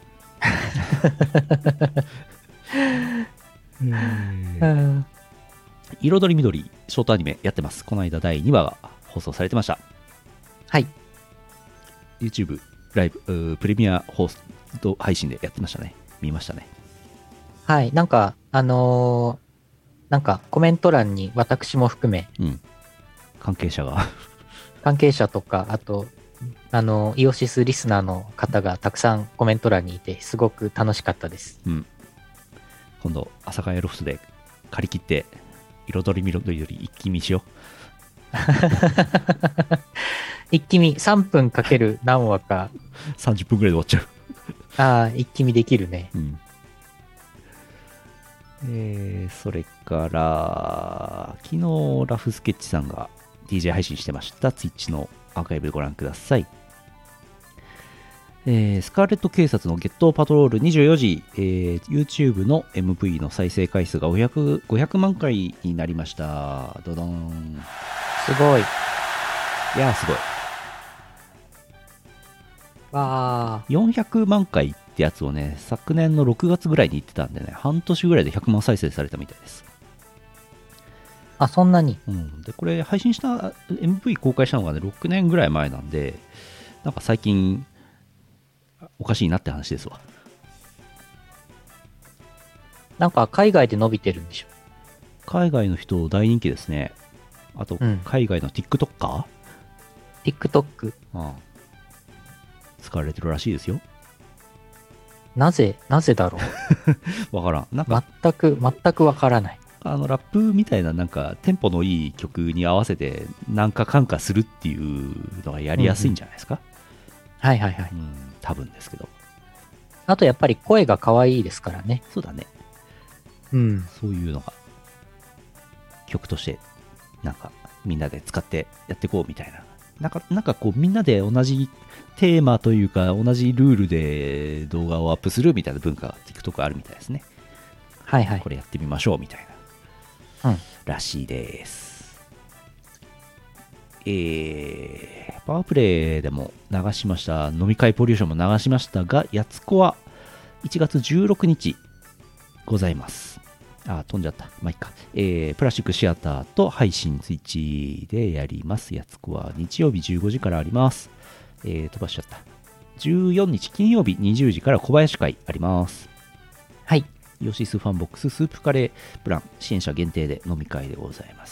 S1: あ。うん。
S2: 彩り緑ショートアニメやってます。この間だいにわが放送されてました。
S1: はい。
S2: YouTube ライブうープレミア放送配信でやってましたね。見ましたね。
S1: はい。なんか、あのーなんかコメント欄に私も含め、
S2: うん。関係者が
S1: 関係者とか、あと、あの、イオシスリスナーの方がたくさんコメント欄にいて、すごく楽しかったです。
S2: うん。今度阿佐ヶ谷ロフトで借り切って彩り緑より一気見しよ
S1: 一気見さんぷんかける何話か、
S2: う。さんじゅっぷんぐらいで終わっちゃう。
S1: ああ、一気見できるね。
S2: うん。 えー、それから昨日ラフスケッチさんが ディージェー 配信してました。 Twitch のアーカイブでご覧ください。えー、スカーレット警察のゲットパトロールにじゅうよじ、えー、YouTube の エムブイ の再生回数がごひゃく、ごひゃくまん回になりました。ドドーン。
S1: すごい。
S2: いやーすごい。
S1: わ
S2: よんひゃくまん回ってやつをね、昨年のろくがつぐらいに言ってたんでね、半年ぐらいでひゃくまん再生されたみたいです。
S1: ー。あ、そんなに。
S2: うん。で、これ配信した、エムブイ 公開したのがね、ろくねんぐらい前なんで、なんか最近、おかしいなって話ですわ。
S1: なんか海外で伸びてるんでしょ。
S2: 海外の人大人気ですね。あと、
S1: うん
S2: 海外の TikToker、
S1: TikTok。
S2: うん、使われてるらしいですよ。
S1: なぜ、なぜだろう。
S2: わからん。なんか、
S1: 全く、全くわからない。
S2: あの、ラップみたいな、なんか、テンポのいい曲に合わせて、なんか感化するっていうのがやりやすいんじゃないですか。
S1: はいはいはい。
S2: うん、多分ですけど。
S1: あとやっぱり声が可愛いですからね。
S2: そうだね。
S1: うん。
S2: そういうのが、曲として、なんか、みんなで使ってやっていこうみたいな。なんか、なんかこう、みんなで同じテーマというか、同じルールで動画をアップするみたいな文化が TikTok あるみたいですね。
S1: はいはい
S2: こ。れやってみましょうみたいな。
S1: うん。
S2: らしいです。えー、パワープレイでも流しました、飲み会ポリューションも流しましたが、やつこはいちがつじゅうろくにちございます。あ、飛んじゃった。まあいいか。えー、プラスチックシアターと配信ツイッチでやります。やつこは日曜日じゅうごじからあります。えー、飛ばしちゃった。じゅうよっか金曜日にじゅうじから小林会あります。
S1: はい。
S2: イオシスファンボックススープカレープラン支援者限定で飲み会でございます。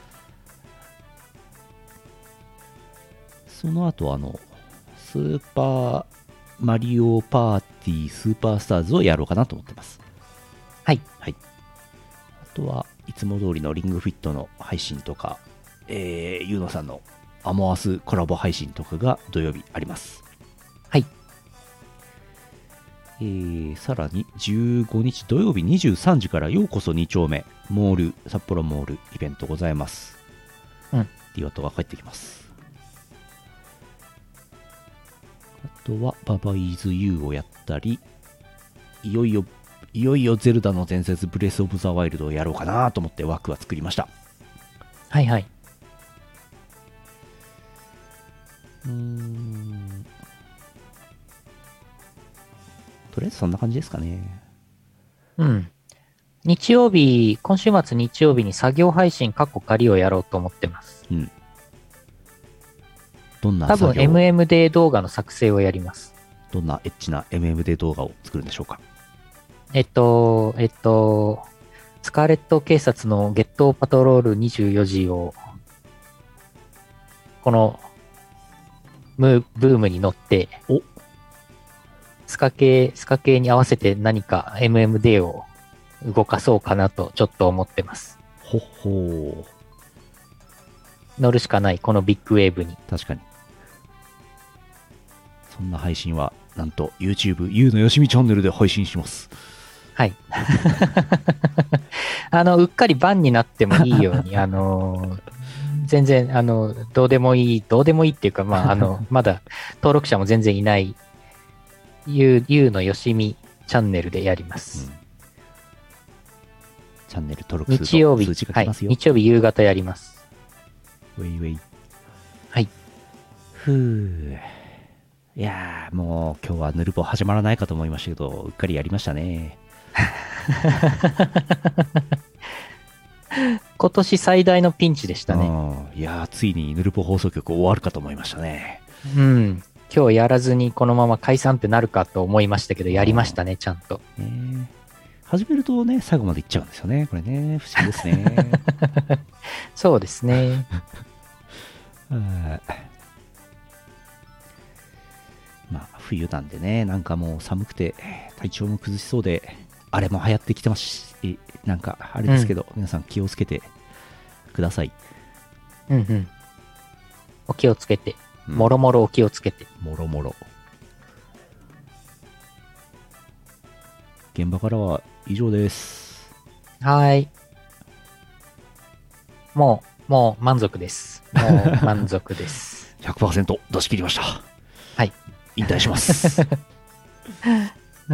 S2: その後あのスーパーマリオパーティースーパースターズをやろうかなと思ってます。
S1: はい。
S2: はい。あとはいつも通りのリングフィットの配信とか、えー、ゆうのさんのアモアスコラボ配信とかが土曜日あります。
S1: はい。
S2: えー、さらにじゅうごにち土曜日にじゅうさんじからようこそに丁目モール札幌モールイベントございます。
S1: うん。
S2: ディワトが帰ってきます。あとはババイズ U をやったり、いよいよいよいよゼルダの伝説ブレスオブザワイルドをやろうかなと思って枠は作りました。
S1: はいはい。
S2: うーん、とりあえずそんな感じですかね。
S1: うん。日曜日、今週末日曜日に作業配信過去仮をやろうと思ってます。
S2: うん。どんな
S1: 多分
S2: 作業
S1: エムエム デー 動画の作成をやります。
S2: どんなエッチな エムエム で動画を作るんでしょうか。
S1: えっと、えっと、スカーレット警察のゲットパトロールにじゅうよじを、この、ムーブームに乗って、
S2: お
S1: スカ系、スカ系に合わせて何か エムエムデー を動かそうかなとちょっと思ってます。
S2: ほっほー。
S1: 乗るしかない、このビッグウェーブに。
S2: 確かに。そんな配信は、なんと YouTube、ゆうのよしみチャンネルで配信します。
S1: はい。あの、うっかりバンになってもいいように、あの、全然、あの、どうでもいい、どうでもいいっていうか、まあ、あの、まだ登録者も全然いない、ゆう、ゆうのよしみチャンネルでやりま
S2: うん、
S1: す。
S2: チャンネル登録数
S1: 日曜日、
S2: と数値が
S1: はい。
S2: 来ますよ。
S1: 日曜日夕方やります。
S2: ウェイウェイ。
S1: はい。
S2: ふぅ。いやー、もう今日はヌルポ始まらないかと思いましたけど、うっかりやりましたね。
S1: 今年最大のピンチでしたね。
S2: うん、いやー、ついにヌルポ放送局終わるかと思いましたね。
S1: うん。今日やらずにこのまま解散ってなるかと思いましたけど、やりましたね、ちゃんと。
S2: ね始めるとね、最後までいっちゃうんですよね。これね、不思議ですね。
S1: そうですね。
S2: はいまあ、冬なんでね、なんかもう寒くて、体調も崩しそうで、あれも流行ってきてますし、なんかあれですけど、うん、皆さん気をつけてください。
S1: うんうん。お気をつけて。もろもろお気をつけて。
S2: もろもろ。現場からは以上です。
S1: はい。もう、もう満足です。もう満足です。
S2: ひゃくパーセント 出し切りました。
S1: はい。
S2: 引退します。
S1: うん。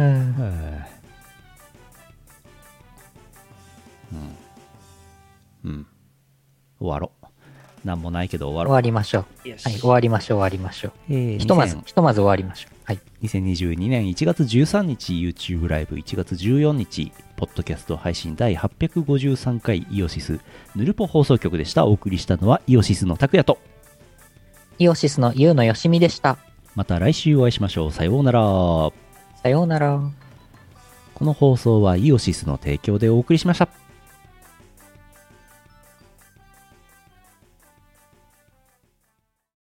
S2: うん。うん。終わろう。なんもないけど終わろう。
S1: 終わりましょう。はい、終わりましょう、終わりましょう。
S2: えー、
S1: ひとまず、ひとまず終わりましょう。はい。
S2: にせんにじゅうにねんいちがつじゅうさんにち YouTube ライブ、いちがつじゅうよっかポッドキャスト配信だいはっぴゃくごじゅうさんかいイオシスヌルポ放送局でした。お送りしたのはイオシスの拓也と
S1: イオシスのユウのよしみでした。
S2: また来週お会いしましょう。さようなら。
S1: さようなら。
S2: この放送はイオシスの提供でお送りしました。